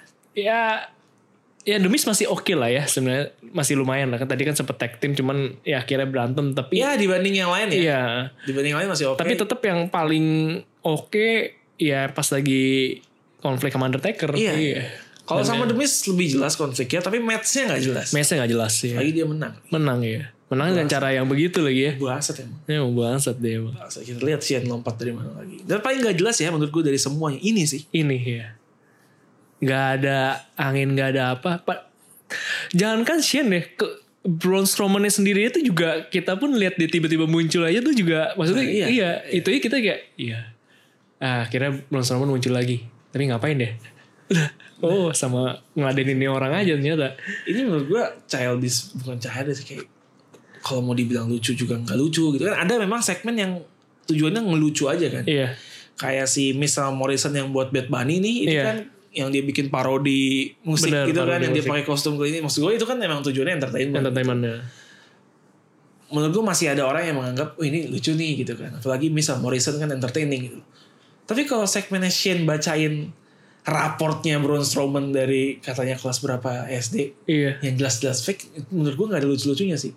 Ya The Miz masih oke lah ya sebenarnya, masih lumayan lah kan, tadi kan sempet tag team cuman ya akhirnya berantem tapi Ya dibanding yang lain ya. iya. Dibanding yang lain masih oke. Tapi tetap yang paling oke ya pas lagi konflik sama Undertaker. Iya. Kalau sama The Miz lebih jelas konfliknya tapi match-nya gak jelas. Match-nya gak jelas ya. Lagi dia menang. Menang ya. Menang dengan cara yang begitu lagi ya. Bangsat emang. Ya mau bangsat dia emang. Bangsat. Kita lihat Shane lompat dari mana lagi. Dan paling gak jelas ya menurut gue dari semuanya ini sih. Ini ya. Gak ada angin, gak ada apa. Jangankan Shane deh, Braun Strowman sendiri itu juga kita pun lihat dia tiba-tiba muncul aja tuh juga maksudnya iya. Itu kita kayak akhirnya Braun Strowman muncul lagi. Tapi ngapain deh? Oh sama ngeladenin ini orang aja ternyata. Ini menurut gue bukan childish kayak kalau mau dibilang lucu juga nggak lucu gitu kan. Ada memang segmen yang tujuannya ngelucu aja kan. Iya. Kayak si Miz sama Morrison yang buat Bad Bunny nih itu kan yang dia bikin parodi musik. Bener, gitu kan, yang dia pakai kostum kayak ini. Maksud gue itu kan memang tujuannya entertainmentnya. Menurut gue masih ada orang yang menganggap ini lucu nih gitu kan. Apalagi Miz sama Morrison kan entertaining gitu. Tapi kalau segmennya Shane bacain raportnya Braun Strowman dari katanya kelas berapa SD. Iya. Yang jelas-jelas fake. Menurut gue gak ada lucu-lucunya sih.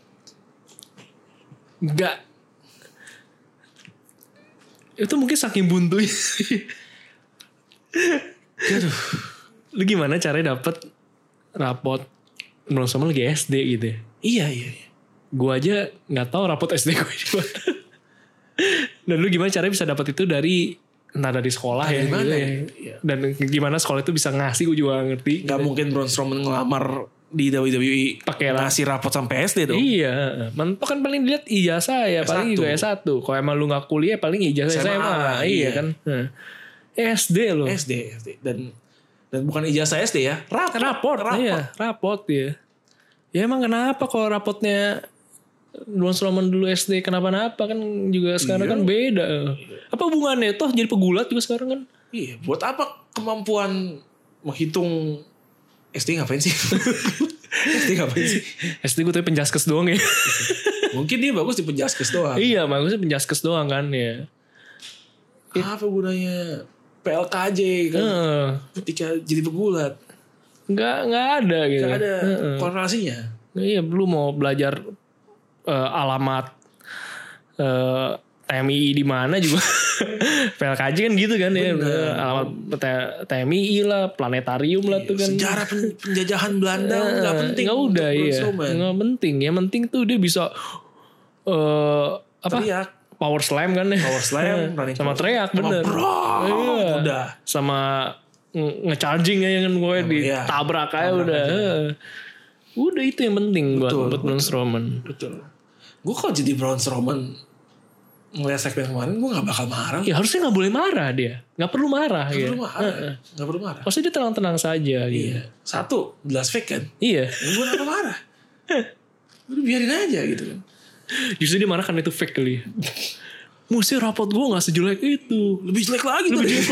Enggak. Itu mungkin saking buntunya. Aduh. Lu gimana caranya dapet rapot Braun Strowman lagi SD gitu ya? Iya. Gue aja gak tahu rapot SD gue di mana. Dan lu gimana caranya bisa dapet itu dari entah dari sekolah ya, gimana gitu ya? ya. Dan gimana sekolah itu bisa ngasih, gue juga gak ngerti. Gak mungkin Braun Strowman ngelamar di WWE pakai ngasih rapot sampai SD dong. Iya, mentok kan paling dilihat ijazah ya, S1. paling juga S1. Kalau emang lu gak kuliah paling ijazah SMA. Iya kan. SD loh. SD. Dan bukan ijazah SD ya, raport. Iya, raport ya. Ya emang kenapa kalau rapotnya Braun Strowman dulu SD kenapa-napa kan juga sekarang kan beda. Apa hubungannya toh jadi pegulat juga sekarang kan? Iya, buat apa kemampuan menghitung SD ngapain sih? SD ngapain sih? SD gue tuh penjaskes doang ya. Mungkin dia bagus di penjaskes doang. Iya, bagusnya penjaskes doang kan ya. Apa gunanya PLKJ kan ketika jadi pegulat? Nggak ada gitu. Nggak ada korelasinya. Iya, lu mau belajar alamat TMI di mana juga PLKJ kan gitu kan. Ya alamat TMI lah, planetarium lah tuh kan. Sejarah penjajahan Belanda nggak penting. Nggak udah nggak penting. Yang penting tuh dia bisa apa? Teriak. Power slam kan ya. Power slam sama teriak bener. Iya. Udah. Sama nge-charging ya kan gue ditabrak aja udah. Udah itu yang penting buat Braun Strowman. Betul. Gue kalau jadi Braun Strowman ngeliat segmen kemarin gue gak bakal marah. Ya harusnya gak boleh marah dia. Gak perlu marah. Gak perlu marah. Maksudnya dia tenang-tenang saja gitu. Iya. Satu, jelas fake kan. Iya. Gue gak marah. Udah biarin aja gitu kan. Justru dia marah karena itu fake kali. Mesti rapot gue gak sejelek itu. Lebih jelek lagi.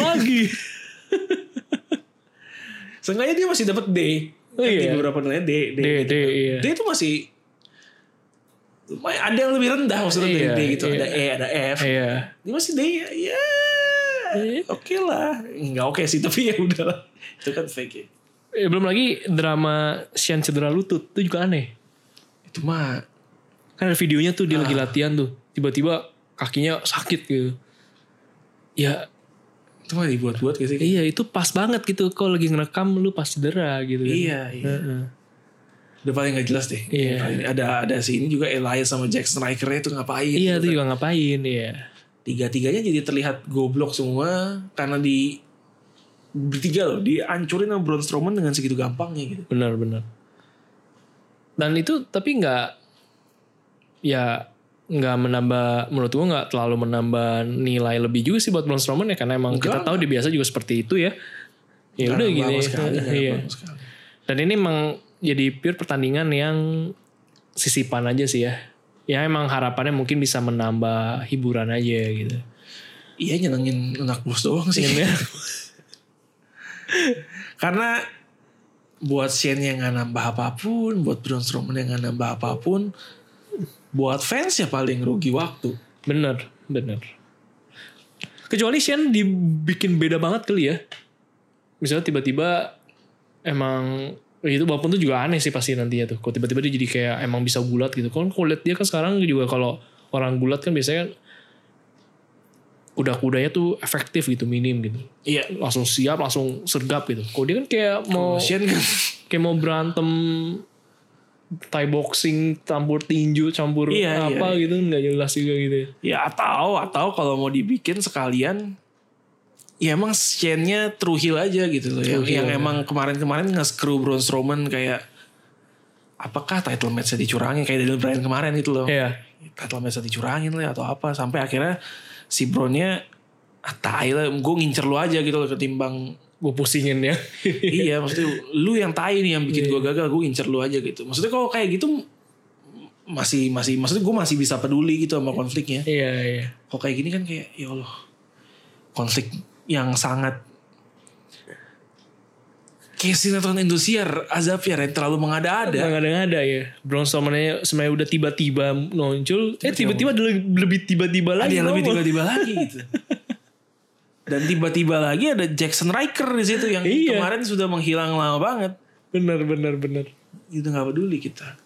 Seenggaknya dia masih dapat D. Di beberapa nilai D. Iya. D itu masih ada yang lebih rendah maksudnya dari D gitu. Ada E, ada F. Iya. Ini masih D ya. Oke lah. Enggak oke sih tapi ya udahlah. Itu kan fake ya. Belum lagi drama Shane cedera lutut. Itu juga aneh. Itu mah. Kan ada videonya tuh dia lagi latihan tuh. Tiba-tiba kakinya sakit gitu. Ya. Itu mah dibuat-buat gitu sih. Iya itu pas banget gitu. Kalau lagi ngerekam lu pas cedera gitu. Iya. Udah paling gak jelas deh. Iya. Ada si ini juga Elias sama Jack Striker-nya itu ngapain. Iya itu juga ngapain. Iya. Tiga-tiganya jadi terlihat goblok semua. Karena bertiga loh. Dihancurin sama Braun Strowman dengan segitu gampangnya gitu. Benar. Dan itu tapi gak. Ya gak menambah. Menurut gue gak terlalu menambah nilai lebih juga sih buat Braun Strowman ya. Karena emang kita tahu dia biasa juga seperti itu ya. Ya udah gini. Iya. Dan ini emang jadi pure pertandingan yang sisipan aja sih ya. Ya emang harapannya mungkin bisa menambah hiburan aja gitu. Iya nyenengin anak bos doang sih. Karena buat Shane yang gak nambah apapun, buat Braun Strowman yang gak nambah apapun, buat fans ya paling rugi waktu. Bener. Kecuali Shane dibikin beda banget kali ya. Misalnya tiba-tiba emang itu walaupun itu juga aneh sih pasti nantinya tuh. Kalau tiba-tiba dia jadi kayak emang bisa gulat gitu. Kalau lihat dia kan sekarang juga kalau orang gulat kan biasanya kuda-kudanya tuh efektif gitu, minim gitu. Iya. Langsung siap, langsung sergap gitu. Kalau dia kan kayak mau kayak mau berantem Thai boxing, campur tinju, campur gitu, nggak jelas juga gitu. Ya atau kalau mau dibikin sekalian. Ya emang Shane-nya true heel aja gitu loh. Yang emang kemarin-kemarin nge-screw Braun Strowman kayak apakah title match-nya dicurangin kayak Daniel Bryan kemarin gitu loh. Iya. Title match-nya dicurangin lah atau apa. Sampai akhirnya si Braun-nya tai lah. Gue ngincer lu aja gitu loh ketimbang gue pusingin ya. Iya maksudnya lu yang tai nih yang bikin gue gagal. Gue ngincer lu aja gitu. Maksudnya kalau kayak gitu maksudnya gue masih bisa peduli gitu sama konfliknya. Iya. Kalau kayak gini kan kayak ya Allah. Konflik yang sangat kayak sinetron Indosiar Azafiar yang terlalu mengada-ada ya. Braun Strowman sebenarnya udah tiba-tiba muncul tiba-tiba lebih tiba-tiba lagi ada yang lebih tiba-tiba lagi gitu. Dan tiba-tiba lagi ada Jackson Riker di situ yang kemarin sudah menghilang lama banget. Bener. Itu nggak peduli kita.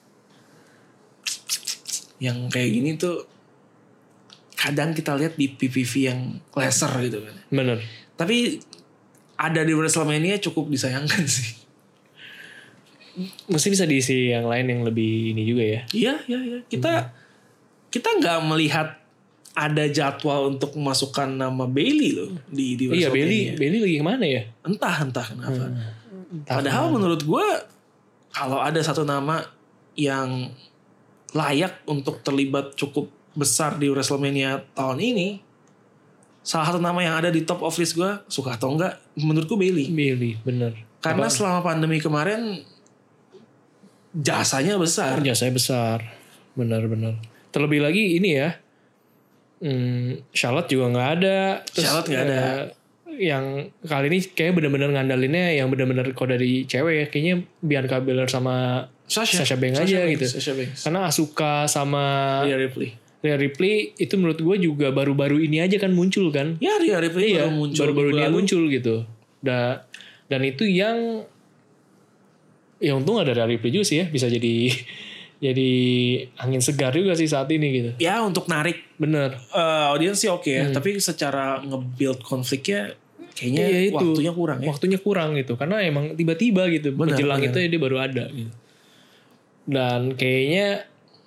Yang kayak gini tuh kadang kita lihat di PPV yang laser gitu kan. Bener. Tapi ada di WrestleMania cukup disayangkan sih. Mesti bisa diisi yang lain yang lebih ini juga ya. Iya. Kita nggak melihat ada jadwal untuk memasukkan nama Bayley loh di WrestleMania. Iya, Bayley lagi kemana ya? Entah kenapa. Padahal menurut gue kalau ada satu nama yang layak untuk terlibat cukup besar di WrestleMania tahun ini, salah satu nama yang ada di top of list gue, suka atau enggak, menurutku Bayley, bener. Karena selama pandemi kemarin jasanya besar. Bener. Terlebih lagi ini ya, Charlotte juga nggak ada. Charlotte nggak ada. Yang kali ini kayak bener-bener ngandalinnya yang bener-bener kalau dari cewek ya, kayaknya Bianca Belair sama Sasha Banks aja gitu. Karena Asuka sama Rhea Ripley itu menurut gue juga baru-baru ini aja kan muncul kan. Ya Rhea Ripley baru-baru dia muncul gitu. Dan itu yang untung ada Rhea Ripley juga sih ya, bisa jadi angin segar juga sih saat ini gitu. Ya untuk narik audiens sih oke ya, tapi secara nge-build konfliknya kayaknya waktunya kurang ya. Waktunya kurang gitu karena emang tiba-tiba gitu menjelang itu dia baru ada gitu. Dan kayaknya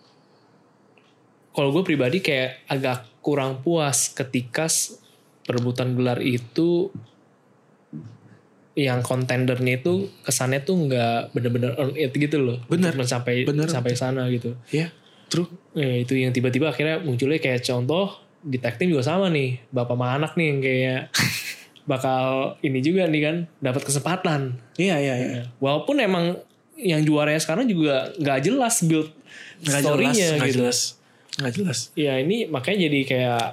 kalau gue pribadi kayak agak kurang puas ketika perebutan gelar itu yang kontendernya itu kesannya tuh nggak bener-bener earn it gitu loh. Bener. Sampai sana gitu. Iya. True. Itu yang tiba-tiba akhirnya munculnya kayak contoh di tag team juga sama nih, bapak sama anak nih yang kayak bakal ini juga nih kan dapat kesempatan. Iya. Walaupun emang yang juaranya sekarang juga nggak jelas build story-nya gitu. Nggak jelas. Ya ini makanya jadi kayak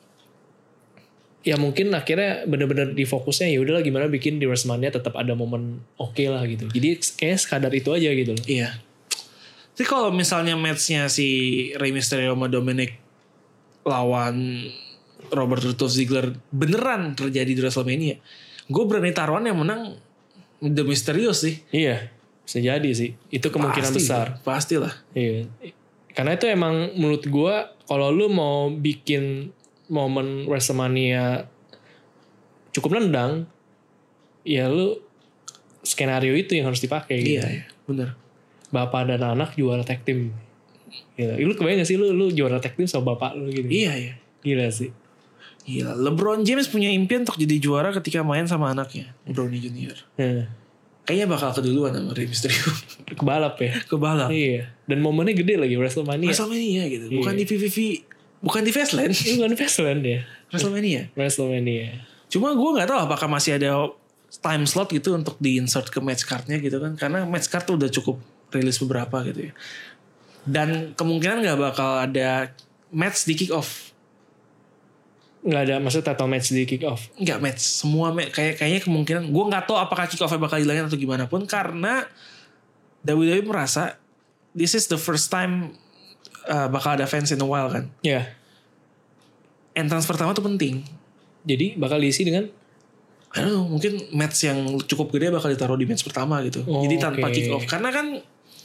ya mungkin akhirnya bener-bener di fokusnya ya udahlah gimana bikin di WrestleMania tetap ada momen oke lah gitu. Jadi kayak sekadar itu aja gitu loh. Iya. Jadi kalau misalnya matchnya si Rey Mysterio sama Dominic lawan Robert Rutherford Ziggler beneran terjadi di WrestleMania, gue berani taruhan yang menang The Mysterios sih. Iya, bisa jadi sih. Itu kemungkinan besar. Pastilah. Iya. Karena itu emang menurut gue kalau lu mau bikin momen WrestleMania cukup nendang, ya lu skenario itu yang harus dipakai. Iya, bener. Bapak dan anak juara tag team. Gila. Lu kebayang gak sih lu juara tag team sama bapak lu gitu? Iya. Gila sih. Gila. LeBron James punya impian untuk jadi juara ketika main sama anaknya, Brownie Junior. Kayaknya bakal keduluan sama Rey Mysterio. Kebalap ya? Kebalap. Iya. Dan momennya gede lagi WrestleMania. Gitu. Bukan di PVV. Bukan di Fastlane. Bukan di Fastlane ya. WrestleMania. Cuma gue gak tahu apakah masih ada time slot gitu untuk di insert ke match cardnya gitu kan. Karena match card tuh udah cukup rilis beberapa gitu ya. Dan kemungkinan gak bakal ada match di kick off. Nggak ada, maksudnya title match di kick off? Nggak match, semua match. Kayaknya kemungkinan, gue nggak tahu apakah kick offnya bakal hilangin atau gimana pun, karena WWE merasa this is the first time bakal ada fans in a while kan. Iya. Entrance pertama tuh penting. Jadi bakal diisi dengan I don't know, mungkin match yang cukup gede bakal ditaruh di match pertama gitu. Jadi tanpa kick off, karena kan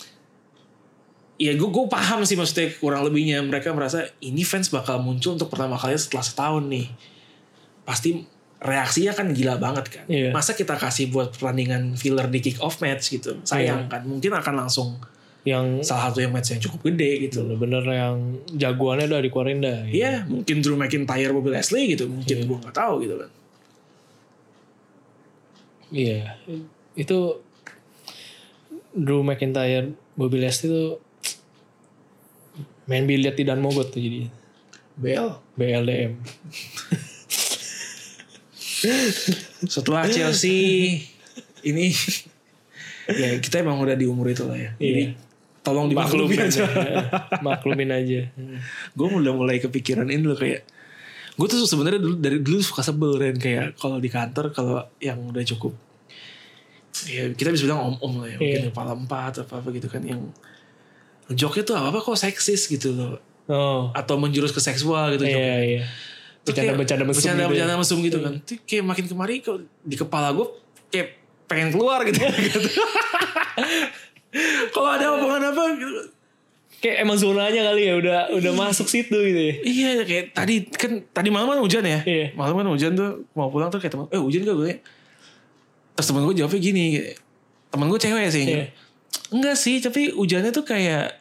ya gue paham sih maksudnya kurang lebihnya. Mereka merasa ini fans bakal muncul untuk pertama kali setelah setahun nih. Pasti reaksinya kan gila banget kan. Iya. Masa kita kasih buat pertandingan filler di kick off match gitu. Sayang kan. Mungkin akan langsung yang salah satu yang match yang cukup gede gitu. Bener-bener yang jagoannya udah dikeluarin dah. Gitu. Iya. Mungkin Drew McIntyre, Bobby Lashley gitu. Mungkin gue gak tahu gitu kan. Iya. Itu Drew McIntyre, Bobby Lashley tuh main biliar di Dan Mogot tuh jadi BLDM. Setelah Chelsea ini ya kita emang udah di umur itu lah ya. Jadi tolong dimaklumin aja. Maklumin aja. Gue udah mulai kepikiran ini loh, kayak gue tuh sebenarnya dari dulu suka sebel Ren, kayak kalau di kantor kalau yang udah cukup ya kita bisa bilang om-om lah ya, mungkin kepala 4 apa gitu kan, yang joknya tuh apa kok seksis gitu loh. Atau menjurus ke seksual gitu joknya. Bercanda-bercanda mesum gitu. Bercanda mesum gitu kan. Tuh kayak makin kemari di kepala gue kayak pengen keluar gitu. Kalau ada omongan apa gitu. Kayak emang zonanya kali ya udah masuk situ gitu ya. Iya kayak tadi malam kan hujan ya. Iya. Malam kan hujan tuh mau pulang tuh kayak teman, hujan gak gue? Terus temen gue jawabnya gini, temen gue cewek sih. Iya. Enggak sih, tapi hujannya tuh kayak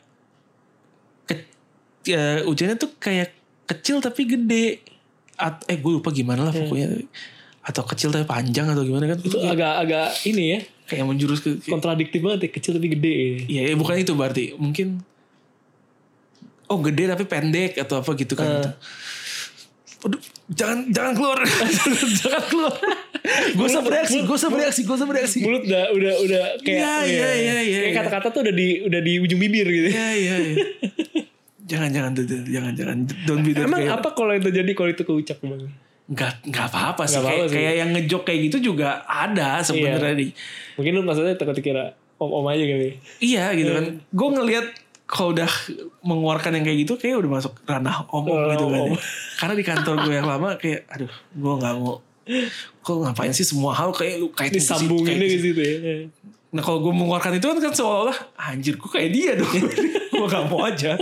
hujannya tuh kayak kecil tapi gede. Gue lupa gimana lah pokoknya. Atau kecil tapi panjang atau gimana kan. Itu agak ini ya. Kayak menjurus ke kontradiktif banget ya, kecil tapi gede. Iya, bukan itu berarti. Mungkin gede tapi pendek atau apa gitu kan. Aduh, jangan keluar. Jangan keluar. Gue usah bereaksi. Mulut udah kayak Iya. Kayak kata-kata tuh udah di ujung bibir gitu. Iya. Jangan. Don't be that. Emang apa kalau yang terjadi kalau itu keucap Bang? Enggak apa-apa sih. Kayak yang ngejok kayak gitu juga ada sebenarnya nih. Mungkin lu maksudnya takut dikira om aja kali. Iya gitu kan. Gue ngelihat kalau udah mengeluarkan yang kayak gitu kayak udah masuk ranah om gitu kan. Karena di kantor gue yang lama kayak aduh gue gak mau. Kok ngapain sih semua hal kayak lu kaitin disambungin ke situ ya. Nah kalau gue mengeluarkan itu kan seolah-olah anjir gue kayak dia dong. Gue gak mau aja.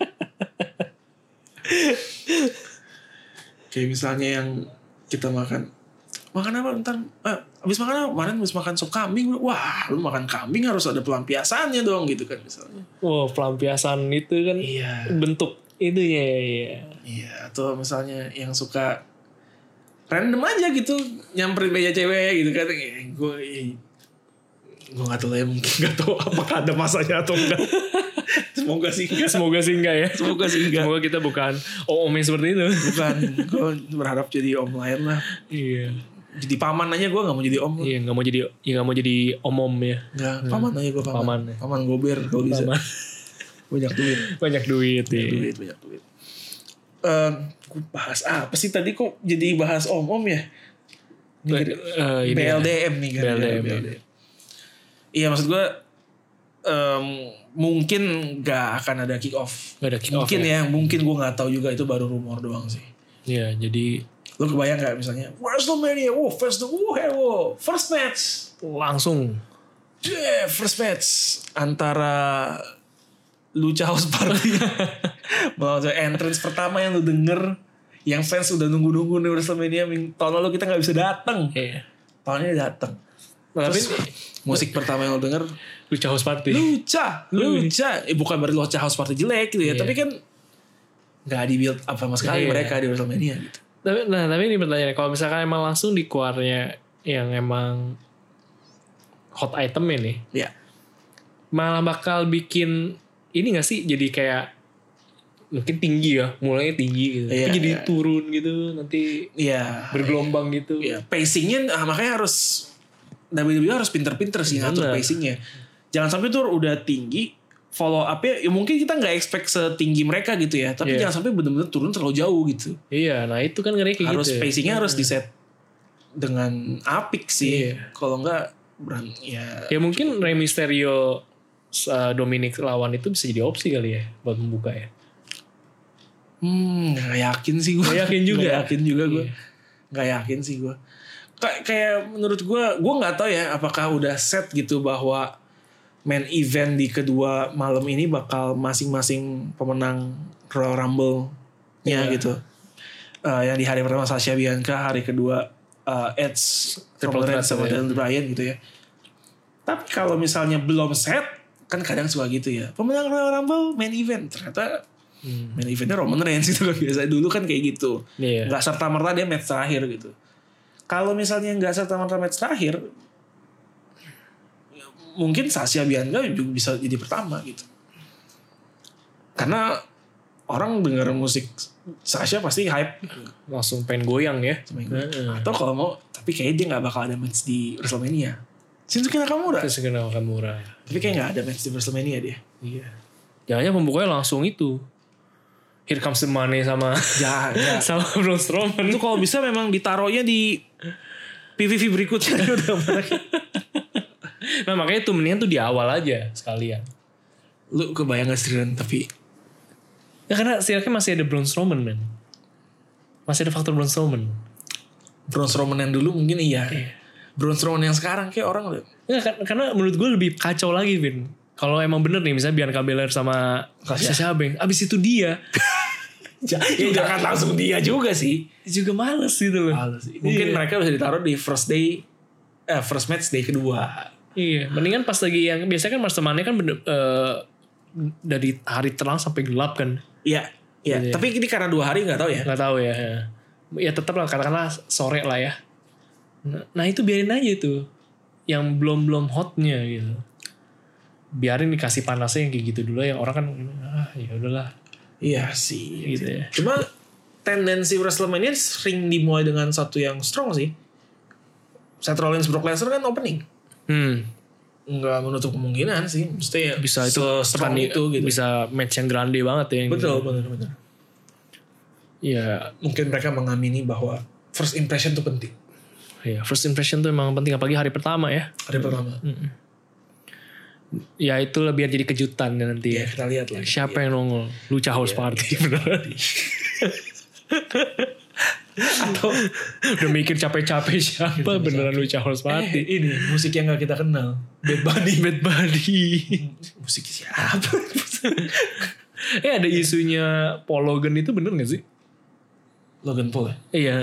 Kayak misalnya yang kita makan apa ntar abis makan apa? Kemarin abis makan sop kambing, wah lu makan kambing harus ada pelampiasannya dong gitu kan misalnya. Pelampiasan itu kan bentuk itunya ya. Iya, atau misalnya yang suka random aja gitu nyamperin meja cewek gitu kan. Gue gak tahu lah ya, mungkin gak tahu apakah ada masanya atau enggak. Semoga sih enggak ya. Semoga kita bukan om yang seperti itu. Bukan. Gue berharap jadi om lain lah. Iya. Jadi paman aja gue gak mau jadi om. Iya gak mau jadi om ya. Enggak, paman aja gue paman. Paman gober kalau bisa. Banyak duit. Banyak duit. Gue bahas apa sih tadi kok jadi bahas om ya? BLDM nih kan. BLDM. Iya maksud gue mungkin gak akan ada kick off. Mungkin ya. Mungkin gue gak tahu juga itu baru rumor doang sih. Iya jadi lu kebayang gak misalnya WrestleMania, first match langsung first match antara Lucha House Party melawan entrance pertama yang lu denger, yang fans udah nunggu-nunggu nih WrestleMania tahun lalu kita gak bisa datang. Tahun ini datang. Terus musik pertama yang lu denger Lucha House Party. Lucha. Bukan berarti Lucha House Party jelek gitu ya, tapi kan gak di build up sama sekali mereka di WrestleMania gitu. Tapi ini pertanyaannya, kalau misalkan emang langsung di keluarnya yang emang hot item ini, malah bakal bikin ini gak sih, jadi kayak mungkin tinggi ya, mulainya tinggi gitu, tapi jadi turun gitu, nanti bergelombang gitu. Pacingnya makanya harus WWE harus pinter-pinter sih ngatur pacingnya. Jangan sampai tuh udah tinggi, follow up-nya ya mungkin kita gak expect setinggi mereka gitu ya, tapi jangan sampai benar-benar turun terlalu jauh gitu. Iya, nah itu kan ngeri kayak harus gitu. Pacingnya harus di set dengan apik sih. Kalau enggak ya mungkin Rey Mysterio Dominic lawan itu bisa jadi opsi kali ya buat membuka ya. Gak yakin sih gue. Gak yakin juga gue. Gak yakin sih gue. Kayak menurut gue gak tahu ya apakah udah set gitu bahwa main event di kedua malam ini bakal masing-masing pemenang Royal Rumble-nya gitu. Yang di hari pertama Sasha Bianca, hari kedua Edge, Triple H sama Daniel Bryan gitu ya. Tapi kalau misalnya belum set, kan kadang suka gitu ya. Pemenang Royal Rumble main event, ternyata main eventnya Roman Reigns gitu kan, biasa dulu kan kayak gitu. Gak serta-merta dia match terakhir gitu. Kalau misalnya gak serta-merta match terakhir, mungkin Sasha Bianca juga bisa jadi pertama gitu. Karena orang dengar musik Sasha pasti hype, langsung pengen goyang ya. Atau kalau mau, tapi kayaknya dia gak bakal ada match di WrestleMania. Shinsuke Nakamura. Tapi kayak gak ada match di WrestleMania dia. Iya. Jangan-jangan pembukanya langsung itu. Here Comes the Money sama sama Braun Strowman. Itu kalau bisa memang ditaruhnya di PVV berikutnya. Nah makanya tuh mendingan tuh di awal aja sekalian. Lu kebayang gak Striran tapi ya karena setidaknya masih ada Braun Strowman man. Masih ada faktor Braun Strowman. Braun Strowman yang dulu mungkin iya. Braun Strowman yang sekarang kayak orang udah. Karena menurut gue lebih kacau lagi, Vin. Kalau emang bener nih, misalnya Bianca Belair sama Sasha Banks, abis itu dia. Ya jangan langsung dia juga sih. Juga males gitu loh. Mungkin mereka bisa ditaruh di first match day kedua. Iya, mendingan pas lagi yang biasanya kan mastermind-nya kan dari hari terang sampai gelap kan. Iya. Tapi ini karena 2 hari nggak tahu ya. Nggak tahu ya. Ya tetap lah katakanlah sore lah ya. Nah itu biarin aja tuh, yang belum hotnya gitu. Biarin dikasih panasnya yang kayak gitu dulu, yang orang kan ya udahlah. Iya sih. Gitu ya. Cuma tendensi WrestleMania sering dimulai dengan satu yang strong sih. Seth Rollins Brock Lesnar kan opening. Nggak menutup kemungkinan sih. Maksudnya bisa itu strong itu gitu. Bisa match yang grande banget ya. Betul. Ya mungkin mereka mengamini bahwa first impression itu penting. Ya first impression tuh emang penting, apalagi hari pertama ya. Hari pertama. Ya itulah biar jadi kejutan nanti ya. Kita lihat lah. Siapa yang nongol? Lucha House Party beneran. Atau udah mikir capek-capek siapa beneran Lucha House Party. Ini musik yang gak kita kenal. Bad Bunny. Musik siapa? Ada isunya Paul Logan itu bener gak sih? Logan Paul ya? Iya.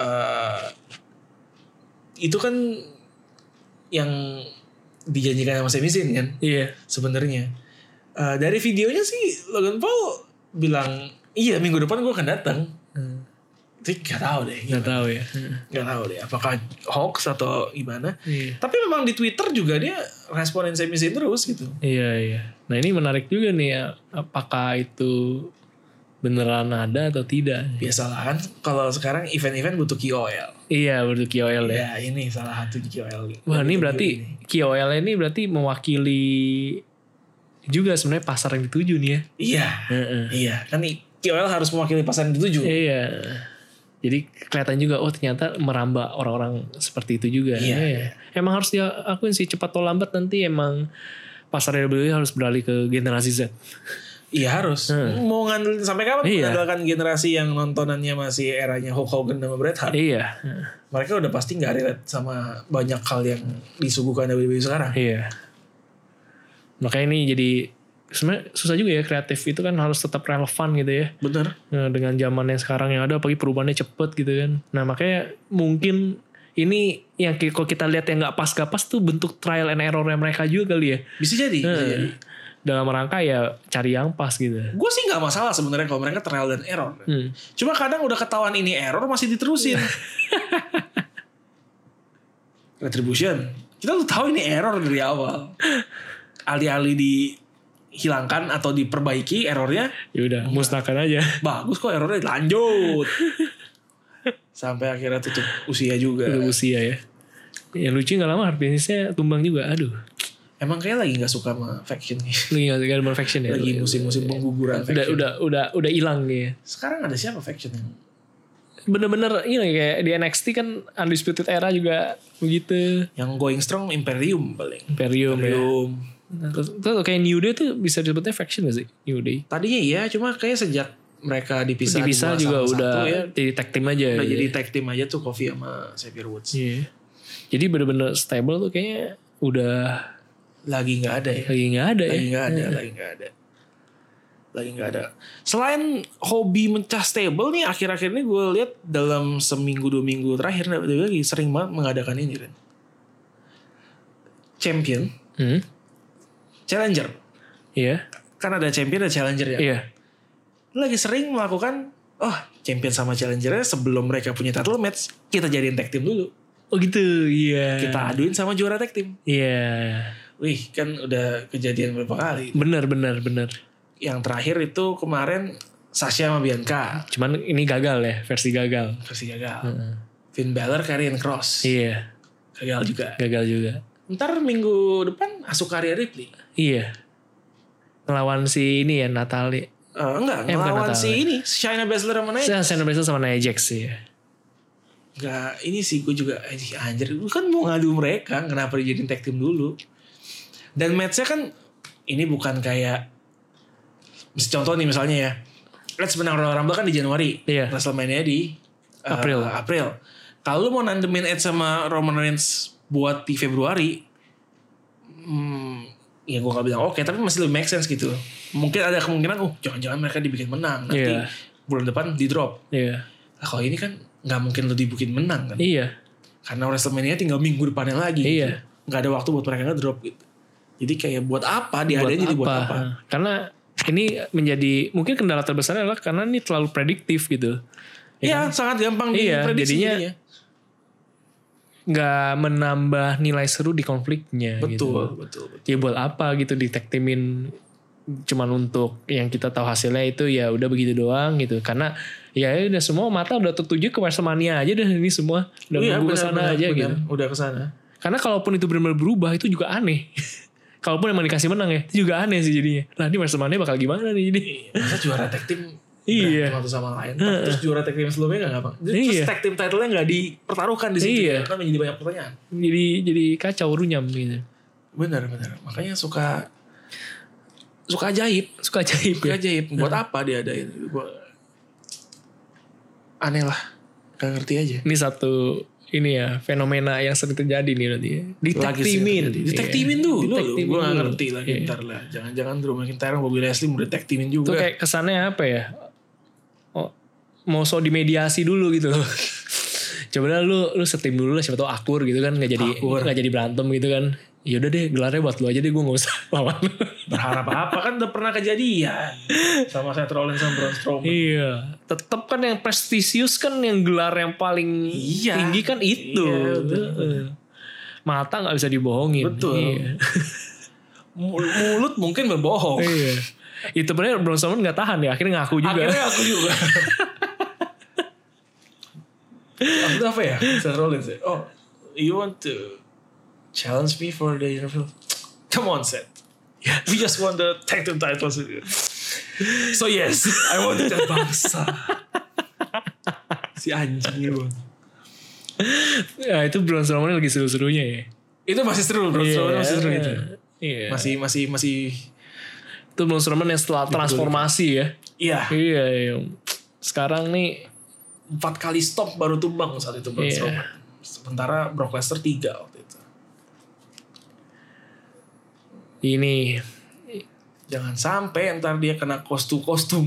Itu kan yang dijanjikan sama Sami Zayn kan? Iya. Sebenarnya dari videonya sih Logan Paul bilang iya minggu depan gue akan datang. Tapi gak tahu deh. Gak tahu ya. Gak tahu deh. Apakah hoax atau gimana? Iya. Tapi memang di Twitter juga dia responin Sami Zayn terus gitu. Iya. Nah ini menarik juga nih ya. Apakah itu beneran ada atau tidak? Biasalah kan kalau sekarang event-event butuh KOL. Iya butuh KOL ya. Ya ini salah satu KOL. Wah ini berarti KOL ini berarti mewakili juga sebenarnya pasar yang dituju nih ya. Iya. Iya kan KOL harus mewakili pasar yang dituju. Iya. Jadi kelihatan juga ternyata merambah orang-orang seperti itu juga. Iya. Emang harus diakuin sih, cepat atau lambat nanti emang pasar WWE harus beralih ke generasi Z. Iya harus. Mau ngandelin sampai kapan mengandalkan generasi yang nontonannya masih eranya Hulk Hogan sama Bret Hart. Iya. Mereka udah pasti gak relate sama banyak hal yang disuguhkan WWE sekarang. Iya. Makanya ini jadi sebenarnya susah juga ya, kreatif itu kan harus tetap relevan gitu ya. Bener. Nah, dengan zaman yang sekarang yang ada, apalagi perubahannya cepet gitu kan. Nah makanya mungkin ini yang kalau kita lihat yang gak pas tuh bentuk trial and errornya mereka juga kali ya. Bisa jadi. Dalam rangka ya cari yang pas gitu. Gue sih gak masalah sebenarnya kalau mereka trial dan error. Cuma kadang udah ketahuan ini error masih diterusin. Retribution. Kita tuh tahu ini error dari awal. Alih-alih dihilangkan atau diperbaiki errornya. Ya udah musnahkan aja. Bagus kok errornya, lanjut. Sampai akhirnya tutup usia juga. Tutup usia ya. Ya lucu gak lama bisnisnya tumbang juga. Aduh. Emang kayak lagi gak suka sama faction nih. Lagi gak suka sama faction ya. Lagi musim-musim pengguguran faction. Udah hilang nih. Sekarang ada siapa faction yang bener-bener ini kayak di NXT kan Undisputed Era juga begitu. Yang going strong Imperium paling. Imperium. Ya. Nah, terus kayak New Day tuh bisa disebutnya faction gak sih? New Day. Tadinya iya, cuma kayak sejak mereka dipisah juga udah ya, jadi tag team aja. Udah jadi tag team aja tuh Kofi sama Xavier Woods. Iya. Jadi bener-bener stable tuh kayaknya udah lagi nggak ada ya. Lagi nggak ada. Selain hobi mencah stable nih, akhir-akhir ini gue lihat dalam seminggu 2 minggu terakhir lagi sering banget mengadakan ini kan. Champion. Challenger. Iya. Kan ada champion ada challenger ya. Iya. Lagi sering melakukan champion sama challengernya sebelum mereka punya title match kita jadiin tag team dulu. Oh gitu. Iya. Kita aduin sama juara tag team. Iya. Wih kan udah kejadian berapa kali. Bener. Yang terakhir itu kemarin Sasha sama Bianca. Cuman ini gagal ya, versi gagal. Finn Balor Karrion Kross. Iya. Gagal juga. Ntar minggu depan Asuka Ripley. Iya. Ngelawan si ini ya Natalie. Enggak, ngelawan si ini Shayna Baszler sama Nia. Shayna Baszler sama Nia Jax sih. Enggak, ini sih gue juga anjir, gue kan mau ngadu mereka, kenapa dijadiin tag team dulu? Dan matchnya kan ini bukan kayak contoh nih misalnya ya, Let's menang Royal Rumble kan di Januari, iya. WrestleMania di April. Kalau lu mau nandemin Edge sama Roman Reigns buat di Februari, ya gue gak bilang oke, tapi masih lebih make sense gitu. Mungkin ada kemungkinan, jangan-jangan mereka dibikin menang nanti bulan depan di drop. Nah, kalau ini kan nggak mungkin lu dibikin menang kan? Karena WrestleMania tinggal minggu depannya lagi. Gitu. Nggak ada waktu buat mereka ngedrop gitu. Jadi kayak buat apa diadain, jadi buat apa? Karena ini menjadi mungkin kendala terbesar adalah karena ini terlalu prediktif gitu. Iya, sangat gampang diprediksi jadinya. Nggak menambah nilai seru di konfliknya. Betul. Ya buat apa gitu di tag teamin cuman untuk yang kita tahu hasilnya itu ya udah begitu doang gitu. Karena ya udah semua mata udah tertuju ke WrestleMania aja deh, ini semua udah menunggu kesana aja gitu. Udah kesana. Karena kalaupun itu benar-benar berubah itu juga aneh. Kalaupun emang dikasih menang ya itu juga aneh sih jadinya. Nah ini WrestleMania bakal gimana nih ini? Masa juara tag team satu sama lain. Terus juara tag team sebelumnya gak gampang. Terus tag team title-nya gak dipertaruhkan di situ. Kan menjadi banyak pertanyaan. Jadi kacau runyam gitu. Benar. Makanya suka ajaib. Suka ajaib. Buat apa diadain? Aneh lah. Gak ngerti aja. Ini satu fenomena yang sering terjadi nih nanti ya. Di tag teamin tuh. Gue gak ngerti lagi ntar lah. Jangan-jangan Drew McIntyre sama Bobby Lashley mau di tag teamin juga. Itu kayak kesannya apa ya? Mau dimediasi dulu gitu. Coba dah lu setim dulu lah, siapa tau akur gitu kan, nggak jadi berantem gitu kan. Ya udah deh, gelarnya buat lu aja deh, gue nggak usah lawan. Berharap apa kan udah pernah kejadian sama Seth Rollins sama Braun Strowman. Iya, tetap kan yang prestisius kan yang gelar yang paling tinggi kan itu. Iya, mata nggak bisa dibohongin. Betul. Iya. Mulut mungkin berbohong. Iya. Itu bener Braun Strowman nggak tahan ya, akhirnya ngaku juga. Aku apa ya? Seth Rollins ya. Oh, you want to challenge me for the interview? Come on, Seth. Yes. We just won the tag team titles. So yes, I want that bangsa. Si anjing itu. Ya itu Braun Strowman lagi seru-serunya ya. Itu masih seru, Braun Strowman masih seru itu. Iya. Masih. Itu Braun Strowman yang setelah transformasi ya. Iya. Sekarang nih 4 kali stop baru tumbang saat itu Braun Strowman. Sementara Brock Lesnar 3 waktu itu. Ini jangan sampai ntar dia kena kostum.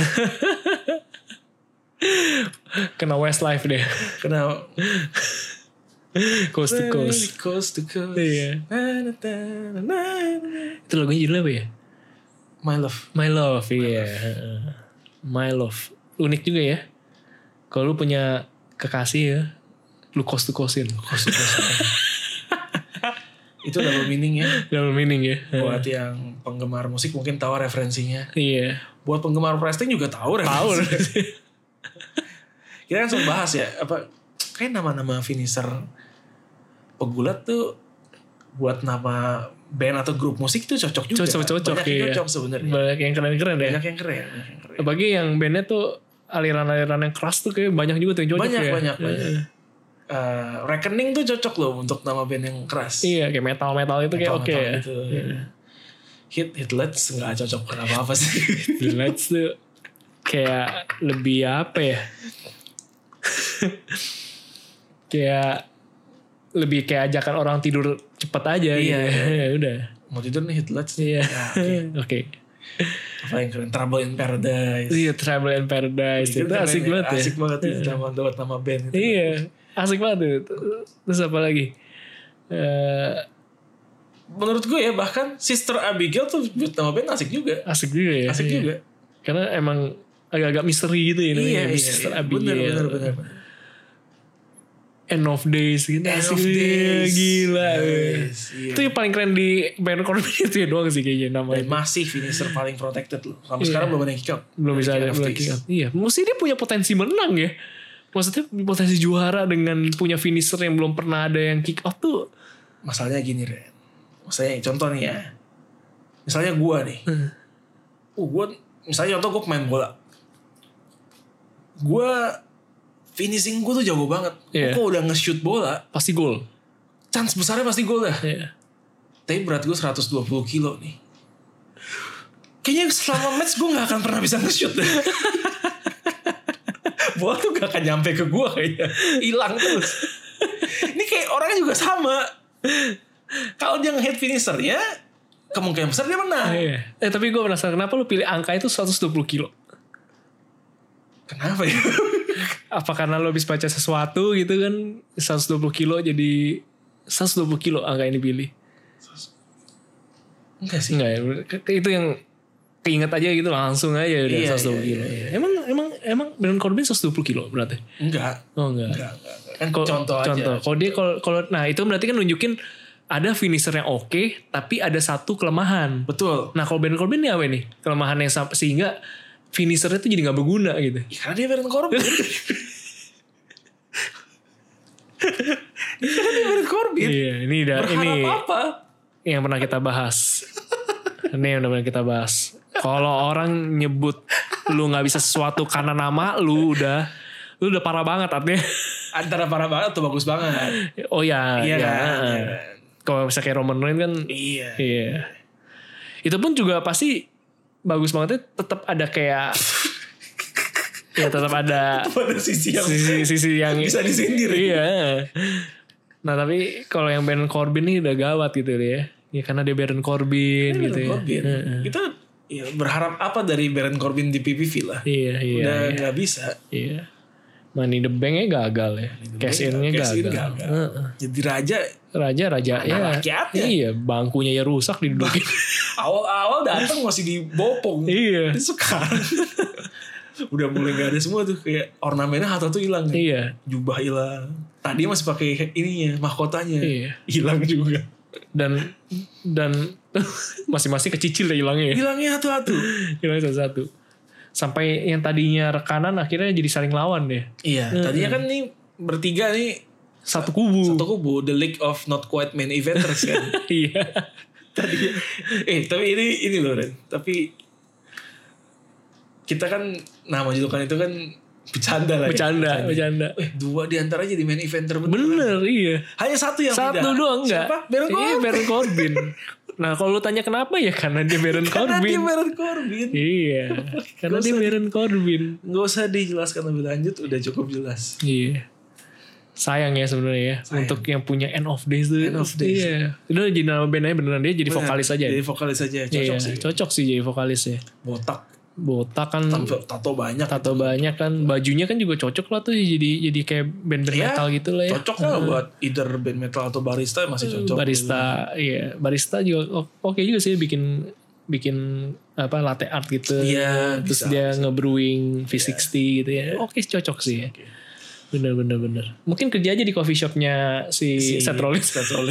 Kena Westlife deh. Kena Coast to Coast. Iya. Itu lagunya judulnya apa ya? My Love, iya. My Love. Unik juga ya. Kalau lu punya kekasih ya, lu coast to coastin. Itu double meaning ya. Buat Iya. yang penggemar musik mungkin tahu referensinya. Iya. Buat penggemar wrestling juga tahu referensinya. Kita kan sempat bahas ya, kayak nama-nama finisher pegulat tuh buat nama band atau grup musik itu cocok juga. Cocok. Banyak yang cocok sebenarnya. Banyak yang keren-keren ya. Banyak yang keren. Bagi yang bandnya tuh aliran-aliran yang keras tuh kayak banyak juga tuh yang cocok ya. Banyak. Reckoning tuh cocok loh untuk nama band yang keras. Iya, kayak metal itu kayak oke ya. Gitu. Hitlets nggak cocok kenapa sih. Hitlets tuh kayak lebih apa ya? Kayak lebih kayak ajakan orang tidur cepet aja. Iya. Ya udah. Mau tidur nih Hitlets. Iya. Oke. Apa yang keren? Trouble in Paradise. Iya, Trouble in Paradise. Itu asik banget ya. Asik banget itu nama band itu. Iya, asik banget itu. Terus apa lagi? Menurut gue ya bahkan Sister Abigail tuh buat nama band asik juga. Asik juga. Karena emang agak-agak misteri gitu ya. Iya. Sister Abigail. Bener. End of Days gitu. End of Days. Gila. Yes, iya. Itu yang paling keren di band Corbin itu ya doang sih kayaknya namanya. Dan masih finisher paling protected loh. Sampai sekarang belum ada yang kick out. Belum bisa ada kick out. Iya. Mesti dia punya potensi menang ya. Maksudnya potensi juara dengan punya finisher yang belum pernah ada yang kick out tuh. Masalahnya gini Ren. Maksudnya contoh nih ya. Misalnya gue nih. Misalnya contoh gue pemain bola. Gue finishing gue tuh jago banget. Gue udah nge-shoot bola. Pasti gol. Chance besarnya pasti gol dah. Iya. Tapi berat gue 120 kilo nih. Kayaknya selama match gue gak akan pernah bisa nge-shoot deh. bola tuh gak akan nyampe ke gue kayaknya, hilang terus. Ini kayak orangnya juga sama. Kalau dia nge-hit finishernya, kemungkinan besar dia menang. Iya. Tapi gue penasaran kenapa lu pilih angka itu 120 kilo? Kenapa ya? Apa karena lo habis baca sesuatu gitu kan, 120 kilo jadi 120 kilo angka ini pilih? Enggak sih. Enggak ya, itu yang keinget aja gitu langsung aja udah Iya, 120 kilo. iya. Emang Baron Corbin 120 kilo berarti? Enggak. Oh enggak. Kan contoh aja. Kalau dia kalau nah itu berarti kan nunjukin ada finisher yang oke, tapi ada satu kelemahan. Betul. Nah kalau Baron Corbin ini apa nih kelemahannya sehingga finishernya tuh jadi nggak berguna gitu? Ya, karena dia Baron Corbin. Karena dia Baron Corbin. Iya, ini Berharap apa? Yang pernah kita bahas. Ini yang udah pernah kita bahas. Kalau orang nyebut lu nggak bisa sesuatu karena nama lu udah parah banget artinya. Antara parah banget atau bagus banget. Oh ya, Iya ya. kan. Iya. Kalau misalnya kayak Roman Reigns kan, Iya. iya. Itu pun juga pasti bagus banget. Tetap ada kayak, ya tetap ada Pada sisi yang sisi yang bisa disindir. Iya. Nah tapi kalau yang Baron Corbin ini udah gawat gitu ya. Ya karena dia Baron Corbin Baron gitu Corbin. ya. Kita ya, berharap apa dari Baron Corbin di PPV lah. Iya. Udah nggak bisa. Iya. Money the Bank-nya gagal ya. Cash in-nya gagal. Jadi raja Raja ya. rakyatnya. Iya, bangkunya ya rusak didudukin. Awal-awal datang masih dibopong. Iya. Tapi sekarang udah mulai gak ada semua tuh, kayak ornamennya Hato tuh hilang. Iya. Jubah hilang. Tadi masih pakai ininya, mahkotanya. Iya. Hilang juga. Dan masing-masing kecicil ya hilangnya ya. Hilangnya satu-satu. Hilangnya satu-satu. Sampai yang tadinya rekanan akhirnya jadi saling lawan deh. Iya, tadinya kan nih bertiga nih Satu kubu. The League of Not Quite Main Eventers kan. Iya. Tadi tapi ini loh Ren. Tapi kita kan nama julukan itu kan bercanda lah. Bercanda. Dua diantara aja di main eventer Bener, iya. Hanya satu yang Satu tidak. doang enggak. Siapa? Baron Corbin. Iya, Baron Corbin. Nah, kalau lu tanya kenapa ya karena dia Baron Karena Corbin. dia Baron Corbin. Iya. Karena dia Baron Corbin. Nggak usah dijelaskan lebih lanjut, udah cukup jelas. Iya. Sayang ya sebenarnya ya. Untuk yang punya End of Days tuh. End of Days. Iya. Itu jadi nama bandnya beneran dia jadi vokalis aja. Jadi vokalis aja. Cocok sih. Cocok sih jadi vokalis ya. Botak kan. Tato banyak. Banyak kan. Bajunya kan juga cocok lah tuh. Jadi kayak band-band metal gitu lah ya. Cocok lah buat either band metal atau barista masih cocok. Barista. Iya. Barista juga oke juga sih bikin apa latte art gitu. Iya. Terus dia nge-brewing V60 gitu ya. Oke cocok sih ya. Bener. Mungkin kerja aja di coffee shopnya si Seth Rollins.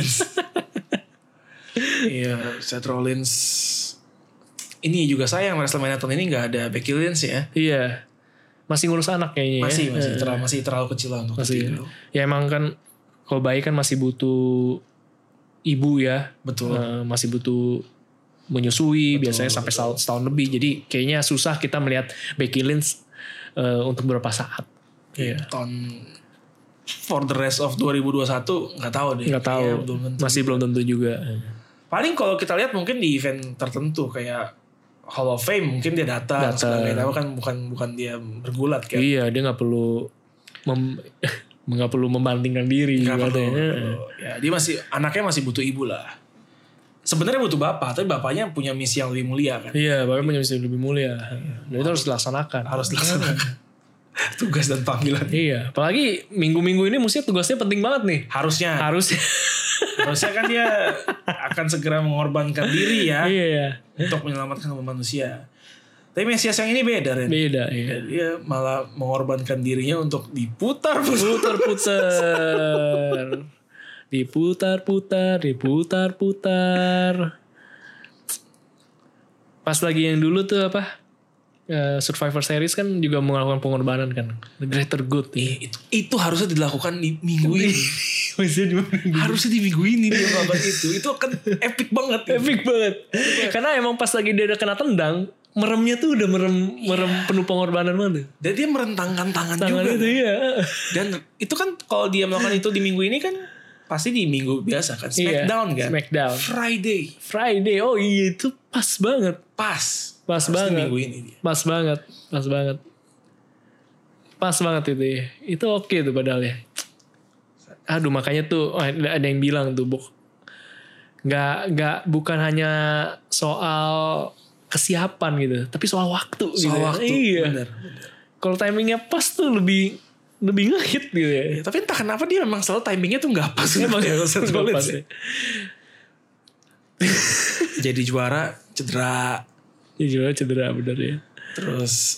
Iya, Seth Rollins. Ini juga sayang WrestleMania tahun ini gak ada Becky Lynch ya. Iya. Masih ngurus anak kayaknya Masih terlalu kecil lah untuk masih. Ya emang kan kalau bayi kan masih butuh ibu ya. Betul. Masih butuh menyusui biasanya sampai setahun lebih. Jadi kayaknya susah kita melihat Becky Lynch untuk beberapa saat. Iya. For the rest of 2021 nggak tahu deh. Nggak tahu. Masih belum tentu juga. Paling kalau kita lihat mungkin di event tertentu kayak Hall of Fame mungkin dia datang. Sebagai tahu kan bukan dia bergulat kan. Iya, dia nggak perlu nggak perlu membandingkan diri. Nggak perlu. Ya, dia anaknya masih butuh ibu lah. Sebenarnya butuh bapak, tapi bapaknya punya misi yang lebih mulia kan. Iya, bapaknya punya misi yang lebih mulia. Dan itu harus dilaksanakan. Tugas dan panggilan. Iya, apalagi minggu-minggu ini mestinya tugasnya penting banget nih. Harusnya kan dia akan segera mengorbankan diri ya. Iya. Untuk menyelamatkan manusia. Tapi Mesias yang ini beda Ren. Beda iya. Dia malah mengorbankan dirinya untuk diputar. Pas lagi yang dulu tuh apa? Survivor Series kan juga melakukan pengorbanan kan. The Greater Good. Itu harusnya dilakukan di minggu ini. Harusnya di minggu ini dia melakukan itu. Itu kan epic banget. Karena emang pas lagi dia udah kena tendang, meremnya tuh udah merem penuh pengorbanan banget. Dan dia merentangkan tangan juga. Itu iya. Dan itu kan kalau dia melakukan itu di minggu ini kan pasti di minggu biasa kan. Smackdown kan. Smackdown. Friday. Oh iya itu pas banget. Pas banget. Minggu ini dia. Pas banget. Pas banget itu ya. Itu oke tuh padahal ya. Aduh makanya tuh ada yang bilang tuh nggak bukan hanya soal kesiapan gitu, tapi soal waktu. Soal gitu. waktu. Iya. Bener. Kalau timingnya pas tuh lebih ngehit gitu ya. Tapi entah kenapa dia memang selalu timingnya tuh nggak pas. Emang Nggak pas ya. Jadi juara cedera. Ya juga cedera bener ya. Terus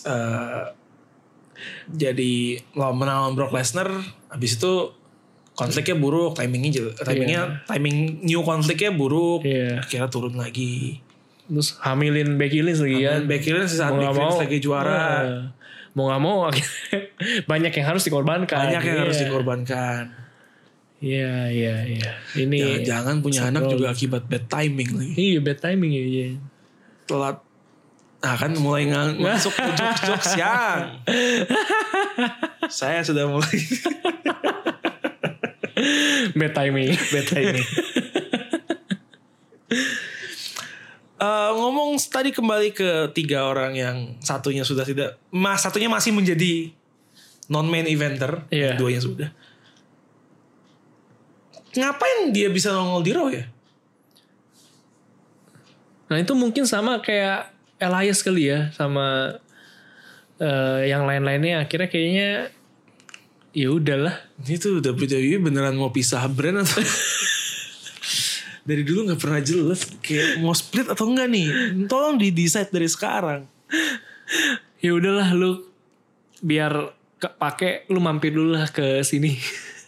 jadi menang Brock Lesnar. Habis itu konfliknya buruk, timing new konfliknya buruk. Akhirnya turun lagi. Terus hamilin Becky Lynch lagi kan. Becky Lynch saat Becky Lynch lagi juara. Mau gak mau banyak yang harus dikorbankan. Harus dikorbankan. Iya. Ini jangan punya anak juga akibat bad timing lagi. Iya bad timing ya. Telat. Nah kan mulai masuk ke jokes yang saya sudah mulai bad timing. Ngomong tadi kembali ke 3 orang yang satunya masih menjadi non main eventer, duanya sudah. Ngapain dia bisa nongol di Raw ya? Nah itu mungkin sama kayak Elias kali ya, sama yang lain-lainnya akhirnya kayaknya ya udahlah. Itu WWE beneran mau pisah brand atau dari dulu nggak pernah jelas kayak mau split atau enggak nih? Tolong di-decide dari sekarang. Ya udahlah lu biar pakai lu mampir dulu lah ke sini.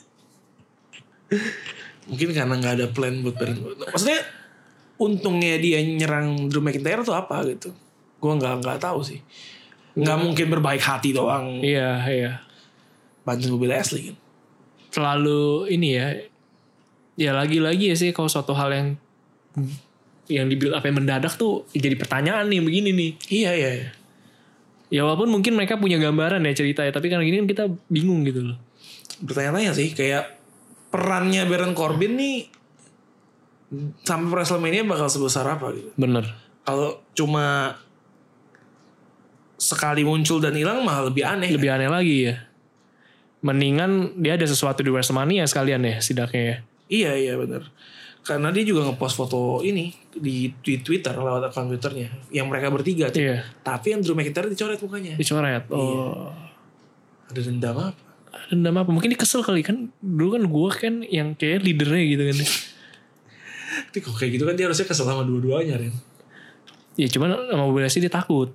Mungkin karena nggak ada plan buat bareng. Maksudnya untungnya dia nyerang Drew McIntyre tuh apa gitu? Gue nggak tahu sih. Nggak mungkin berbaik hati doang. Iya. Bantu Bobby Lashley kan. Selalu ini ya. Ya lagi-lagi ya sih kalau suatu hal yang di-build up yang mendadak tuh jadi pertanyaan nih begini nih. Iya. Ya walaupun mungkin mereka punya gambaran ya ceritanya, tapi karena gini kan kita bingung gitu loh. Bertanya-tanya sih kayak perannya Baron Corbin nih sampai WrestleMania bakal sebesar apa gitu. Bener. Kalau cuma sekali muncul dan hilang malah lebih aneh. Lebih aneh lagi ya. Mendingan dia ada sesuatu di WrestleMania sekalian ya setidaknya ya. Iya benar. Karena dia juga ngepost foto ini di Twitter lewat akun Twitternya yang mereka bertiga tuh. Iya. Tapi yang Drew McIntyre dicoret mukanya. Dicoret. Oh. Iya. Ada dendam apa? Dendam apa? Mungkin dia kesel kali kan. Dulu kan gue kan yang kayak leadernya gitu kan. Tapi kok kayak gitu kan dia harusnya kesel sama dua-duanya Ren. Ya cuman sama Bobby Lashley dia takut.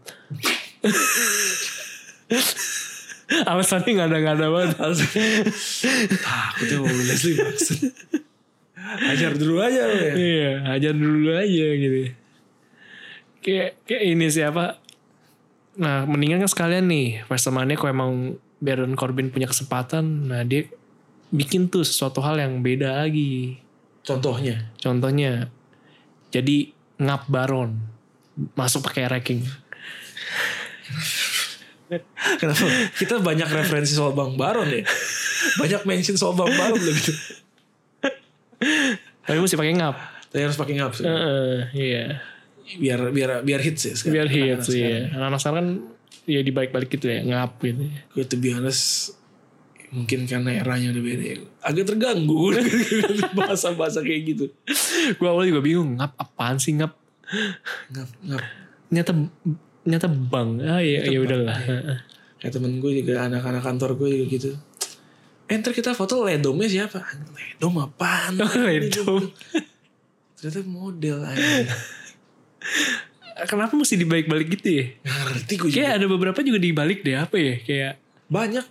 Alasannya gak ada banget. Takutnya Bobby Lashley maksud. Hajar dulu aja lo ya. Iya, hajar dulu aja gitu. Kayak ini siapa? Nah, mendingan kan sekalian nih WrestleMania kalau emang Baron Corbin punya kesempatan, nah dia bikin tuh sesuatu hal yang beda lagi. Contohnya, jadi ngap Baron masuk pakai ranking. Kenapa? Kita banyak referensi soal Bang Baron ya. Banyak mention soal Bang Baron gitu. Tapi mesti pakai ngap. Tapi harus pakai ngap sih. Iya. Biar hits ya sekarang. Biar hits iya. Anak-anak sekarang kan ya dibalik-balik gitu ya, ngap gitu. Gue to be honest, mungkin karena eranya udah beda ya. Agak terganggu bahasa-bahasa kayak gitu. Gue awalnya juga bingung, ngap apaan sih ngap. Nyata bang. Ya udahlah. Kayak temen gue juga, anak-anak kantor gue juga gitu. Ntar kita foto ledomnya siapa? Ledom apaan? Ledom. Ternyata model aja. Kenapa mesti dibalik-balik gitu ya? Ngerti gue juga. Kayak ada beberapa juga dibalik deh, apa ya? Kayak banyak.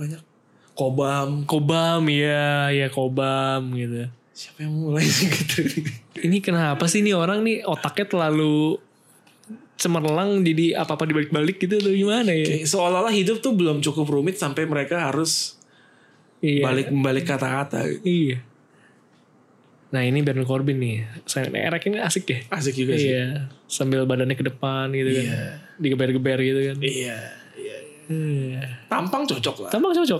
Kobam ya Kobam gitu. Siapa yang mulai sih gitu? Ini kenapa sih nih orang nih otaknya terlalu cemerlang jadi apa-apa dibalik-balik gitu atau gimana ya? Kayak seolah-olah hidup tuh belum cukup rumit sampai mereka harus balik kata-kata gitu. Iya. Nah ini Baron Corbin nih. Erek ini asik ya. Asik juga sih. Iya. Sambil badannya ke depan gitu kan. Digeber-geber gitu kan. Iya. Tampang cocok lah. Tampang cocok.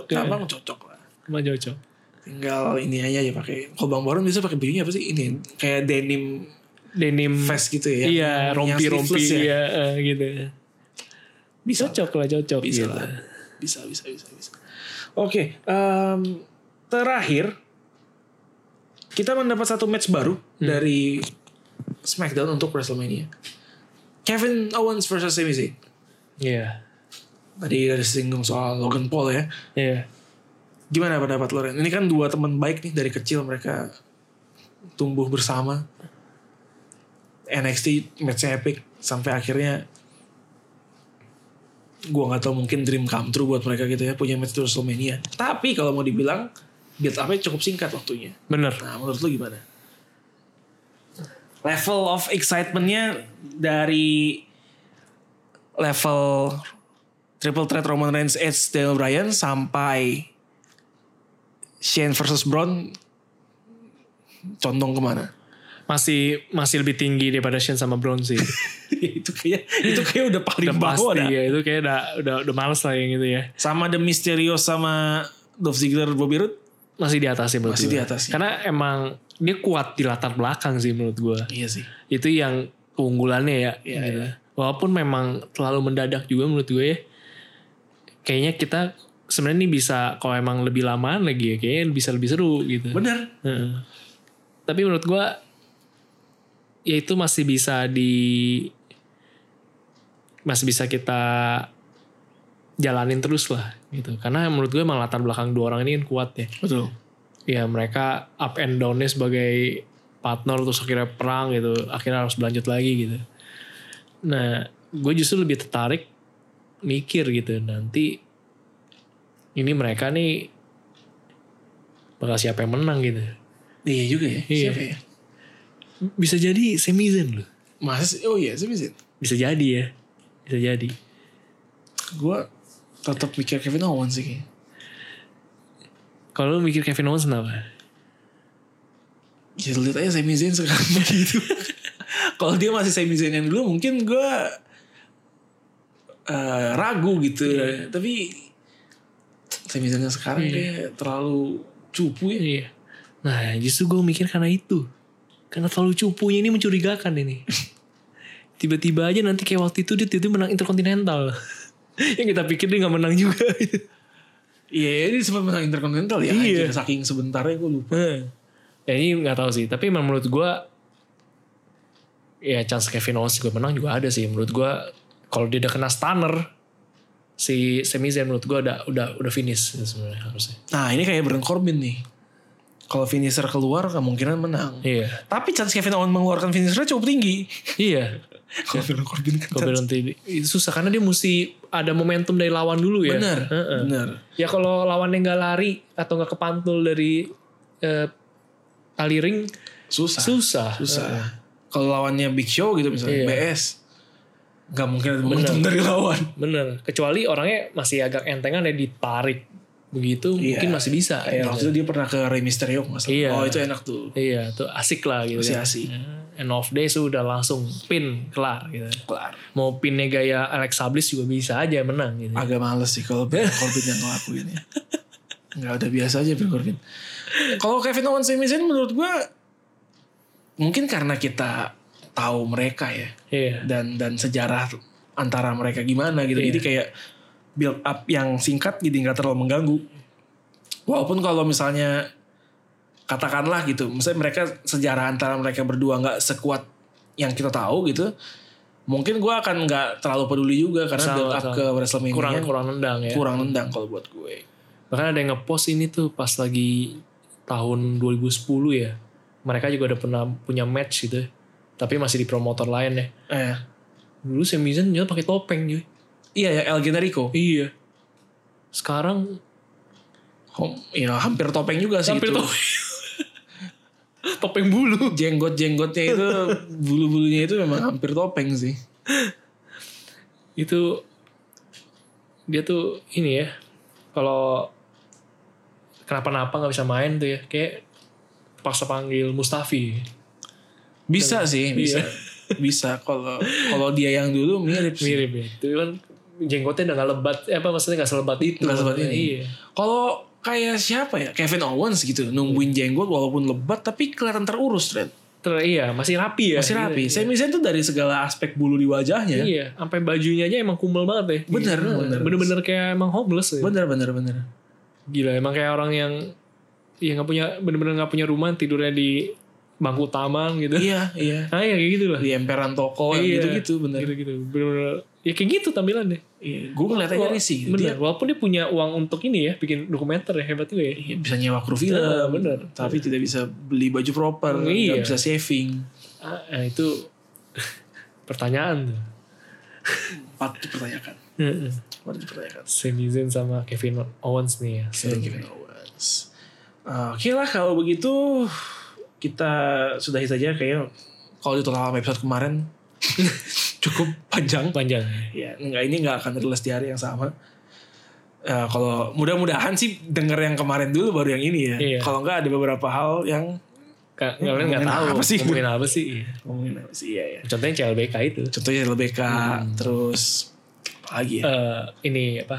Tinggal ini aja ya pakai. Kalau Bang Baron bisa pakai bajunya apa sih? Ini kayak denim vest gitu ya. Iya, rompi-rompi ya gitu. Bisa cocok. bisa gitu. lah. Bisa. Oke, terakhir kita mendapat satu match baru dari SmackDown untuk WrestleMania. Kevin Owens versus Sami Zayn. Iya. Tadi ada singgung soal Logan Paul ya. Iya. Gimana pendapat lo, Ren? Ini kan dua teman baik nih dari kecil, mereka tumbuh bersama. NXT match-nya epic sampai akhirnya gue nggak tahu, mungkin dream come true buat mereka gitu ya, punya match di WrestleMania. Tapi kalau mau dibilang build up-nya cukup singkat waktunya. Bener. Nah, menurut lo gimana? Level of excitement-nya dari level Triple Threat Roman Reigns, Edge, Daniel Bryan sampai Shane versus Braun, condong kemana? Masih lebih tinggi daripada Shane sama Braun sih. itu kayak udah paling Udah bawah pasti dah. ya, itu kayak udah males lah yang gitu ya. Sama The Mysterio sama Dolph Ziggler, Bobby Roode Masih di atas sih menurut masih gue. di atas. Karena emang dia kuat di latar belakang sih menurut gue. Iya sih. Itu yang keunggulannya ya. Iya, gitu. iya. Walaupun memang terlalu mendadak juga menurut gue ya. Kayaknya kita sebenarnya ini bisa, kalau emang lebih lamaan lagi ya, kayaknya bisa lebih seru gitu. Bener. Heeh. Tapi menurut gue ya itu masih bisa kita jalanin terus lah gitu. Karena menurut gue emang latar belakang dua orang ini kan kuat ya. Betul. Ya mereka up and down-nya sebagai partner terus akhirnya perang gitu. Akhirnya harus berlanjut lagi gitu. Nah gue justru lebih tertarik mikir gitu. Nanti ini mereka nih bakal siapa yang menang gitu. Iya juga ya. Iya. Siapa ya? Bisa jadi Sami Zayn loh. Masa sih? Oh iya, Sami Zayn. Bisa jadi ya. Bisa jadi. Gue tetap mikir Kevin Owens sih kayaknya. Kalau lu mikir Kevin Owens kenapa? Ya lihat aja Sami Zayn sekarang begitu. Kalau dia masih Sami Zayn yang dulu, mungkin gue ragu gitu. Iya. Tapi Sami Zayn yang sekarang kayak terlalu cupu ya. Iya. Nah justru gue mikir karena itu. Karena terlalu cupunya ini mencurigakan ini. Tiba-tiba aja nanti kayak waktu itu dia tiba-tiba menang Intercontinental. Yang kita pikir dia gak menang juga. Iya, dia sempat menang Intercontinental ya. Iya. Anjir, saking sebentarnya gue lupa. Ya ini gak tahu sih. Tapi emang menurut gue ya chance Kevin Owens juga menang juga ada sih. Menurut gue kalau dia udah kena stunner, si Sami Zayn menurut gue udah finish sebenarnya harusnya. Nah ini kayak Baron Corbin nih. Kalau finisher keluar kemungkinan menang. Iya. Tapi chance Kevin Owens mengeluarkan finishernya cukup tinggi. Iya. Kalau Baron Corbin kan Kalau nanti itu susah karena dia mesti ada momentum dari lawan dulu ya. bener. Ya kalau lawannya nggak lari atau nggak kepantul dari tali ring susah. Kalau lawannya Big Show gitu misalnya, Iya. BS, nggak mungkin ada momentum dari lawan. Bener. Kecuali orangnya masih agak entengan ya ditarik begitu mungkin masih bisa. Kayak waktu itu dia pernah ke Rey Mysterio masalah. Iya. Oh itu enak tuh. Iya tuh asik lah gitu. Masih kan. asik. End of day sudah langsung pin kelar gitu. Kelar. Mau pinnya gaya Alexa Bliss juga bisa aja menang gitu. Agak males sih kalau Baron Corbin yang ngelakuin ya. Nggak, udah biasa aja Baron Corbin. Kalau Kevin Owens Sami Zayn menurut gue mungkin karena kita tahu mereka ya. Iya. Dan sejarah antara mereka gimana gitu. Iya. Jadi kayak build up yang singkat jadi nggak terlalu mengganggu. Walaupun kalau misalnya katakanlah gitu, misalnya mereka sejarah antara mereka berdua nggak sekuat yang kita tahu gitu, mungkin gue akan nggak terlalu peduli juga karena build up ke WrestleMania kurang nendang ya. kurang nendang kalau buat gue. Bahkan ada yang ngepost ini tuh pas lagi tahun 2010 ya. Mereka juga udah pernah punya match gitu. Tapi masih di promotor lain ya. Dulu Sami Zayn pakai topeng cuy. Iya ya, El Generico. Iya. Sekarang ya hampir topeng juga sih. hampir itu. Topeng bulu. Jenggot-jenggotnya itu, bulu-bulunya itu memang hampir topeng sih. Itu dia tuh ini ya. Kalau kenapa-napa gak bisa main tuh ya. Kayak paksa panggil Mustafi. Bisa sih, bisa. Bisa kalau dia yang dulu mirip sih. Mirip ya. Itu kan jenggotnya udah gak lebat. Maksudnya gak selebat itu. Nggak seperti ini. Iya. Kalau kayak siapa ya? Kevin Owens gitu. Nungguin jenggot walaupun lebat tapi kelihatan terurus, Red. masih rapi ya. Masih rapi. Iya. Sami Zayn tuh dari segala aspek bulu di wajahnya. Iya, sampai bajunya aja emang kumel banget ya. Bener. Bener-bener kayak emang homeless ya. Bener. Gila, emang kayak orang yang nggak punya, bener-bener nggak punya rumah, tidurnya di bangku taman gitu. Iya. Nah, ya kayak gitu lah. Di emperan toko gitu-gitu, bener. Gitu. Bener-bener ya kayak gitu tampilannya. Iya, gue ngeliatnya risih. Bener. Walaupun dia punya uang untuk ini ya, bikin dokumenter ya, hebat juga ya. Iya, bisa nyewa kru film. Bener. Tapi tidak bisa beli baju proper, nggak bisa saving. Itu pertanyaan tuh. Patut dipertanyakan. Sami Zayn sama Kevin Owens nih ya. Kevin Owens. Oke lah, kalau begitu kita sudahi saja kayaknya. Kalau di total episode kemarin cukup panjang. Ya, ini nggak akan rilis di hari yang sama. Kalau mudah-mudahan sih denger yang kemarin dulu baru yang ini ya. Iya. Kalau nggak ada beberapa hal yang kalian nggak tahu ngomongin apa sih. Iya. Contohnya CLBK itu. Contohnya LBK, terus apa lagi ya? Ini apa?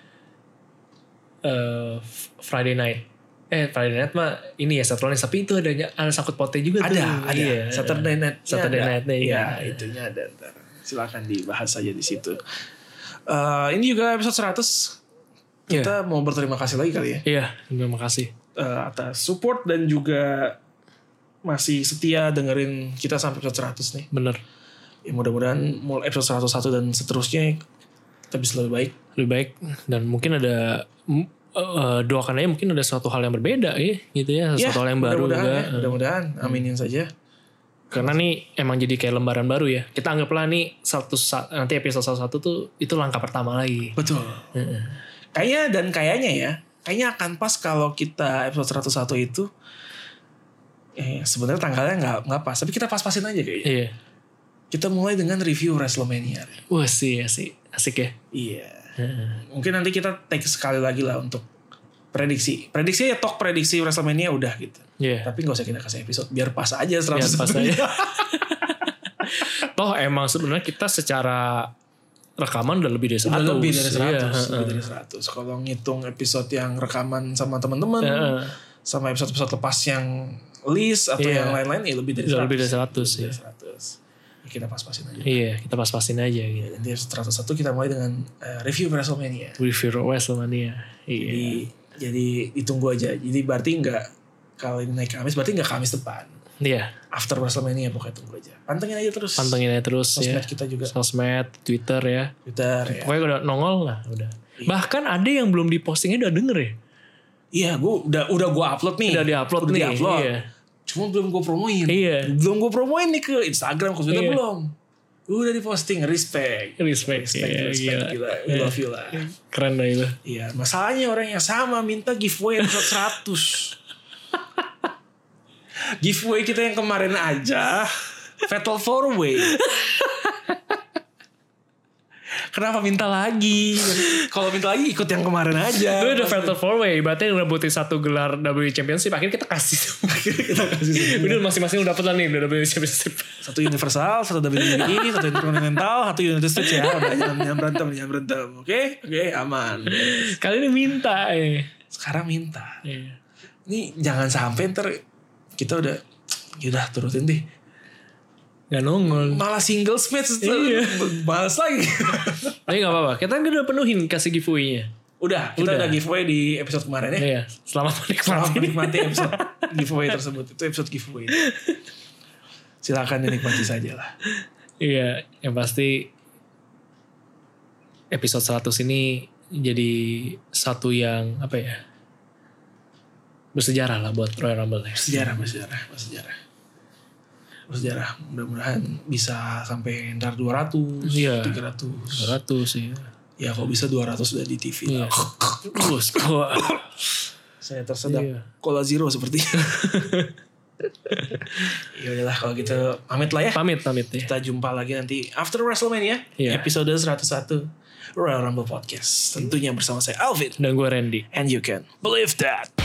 Friday Night mah ini ya Saturday Night, tapi itu ada sangkut pautnya juga tuh. Ada. Iya. Saturday Night. Iya, itunya ada. Ntar. Silakan dibahas saja di situ. Ini juga episode 100. Kita mau berterima kasih lagi kali ya. Iya, terima kasih. Atas support dan juga masih setia dengerin kita sampai episode 100 nih. Bener. Ya mudah-mudahan mulai episode 101 dan seterusnya kita bisa lebih baik. Dan mungkin ada doakan aja mungkin ada suatu hal yang berbeda ya gitu ya, suatu hal yang baru juga. Mudah-mudahan, aminin saja. Karena nih emang jadi kayak lembaran baru ya. Kita anggaplah nih nanti episode 101 tuh itu langkah pertama lagi. Betul. Kayaknya akan pas kalau kita episode 101 itu sebenarnya tanggalnya nggak pas, tapi kita pas-pasin aja kayaknya. Iya. Kita mulai dengan review WrestleMania. Wah sih asik ya. Iya. Mungkin nanti kita take sekali lagi lah untuk prediksi ya, prediksi WrestleMania udah gitu. Yeah. Tapi gak usah kita kasih episode biar pas aja 100. Biar pas aja. Toh emang sebenarnya kita secara rekaman udah lebih dari 100. Lebih dari 100. Iya. Lebih dari 100. Kalau ngitung episode yang rekaman sama teman-teman, sama episode-episode lepas yang list atau yang lain-lain ya lebih dari 100. Lebih dari 100 ya. Kita pas-pasin aja. Iya, kita pas-pasin aja gitu. Nanti episode 101 kita mulai dengan review WrestleMania. Iya. Jadi ditunggu aja. Jadi berarti nggak, kalau ini naik Kamis berarti nggak Kamis depan. Iya. After WrestleMania pokoknya tunggu aja. Pantengin aja terus. Sosmed kita juga. Sosmed, Twitter ya. Ya. Pokoknya udah nongol lah udah. Iya. Bahkan ada yang belum dipostingnya udah denger ya. Iya, udah gue upload nih. Udah diupload nih. Iya. Cuma belum gue promoin. Iya. Belum gue promoin nih ke Instagram, ke Twitter belum. Udah diposting, respect. Gila. We love you lah. Keren lah itu. Iya, masalahnya orang yang sama minta giveaway episode 100. Giveaway kita yang kemarin aja Fatal 4-way. Kenapa minta lagi? Kalau minta lagi ikut yang kemarin aja. Itu udah Fatal 4-way. Berarti udah butuh satu gelar WWE Championship. Akhirnya kita kasih semua. Udah masing-masing udah dapet lah nih WWE Championship. Satu Universal, satu WWE, satu Intercontinental, satu United States ya. Udah jangan berantem. Oke, aman. Kali ini minta Sekarang minta. Iya. Ini jangan sampai ntar kita udah turutin deh. Gak nongol. Malah singles match. Iya. Males lagi. Tapi gak apa-apa. Kita kan udah penuhin kasih giveaway-nya. Kita udah giveaway di episode kemarin ya. Iya. Selamat menikmati episode giveaway tersebut. Itu episode giveaway. Silakan dinikmati saja lah. Iya. Yang pasti episode 100 ini jadi satu yang apa ya, bersejarah lah buat Royal Rumble. Bersejarah. Mudah-mudahan bisa sampai ntar 200, 300 sih. Ya kalau bisa 200 sudah di TV. Iya. Terus saya tersedak Cola Zero sepertinya. Ya udahlah kalau gitu pamit lah ya. Pamit ya. Kita jumpa lagi nanti after WrestleMania episode 101 Royal Rumble Podcast. Tentunya bersama saya Alvin dan gue Randy. And you can believe that.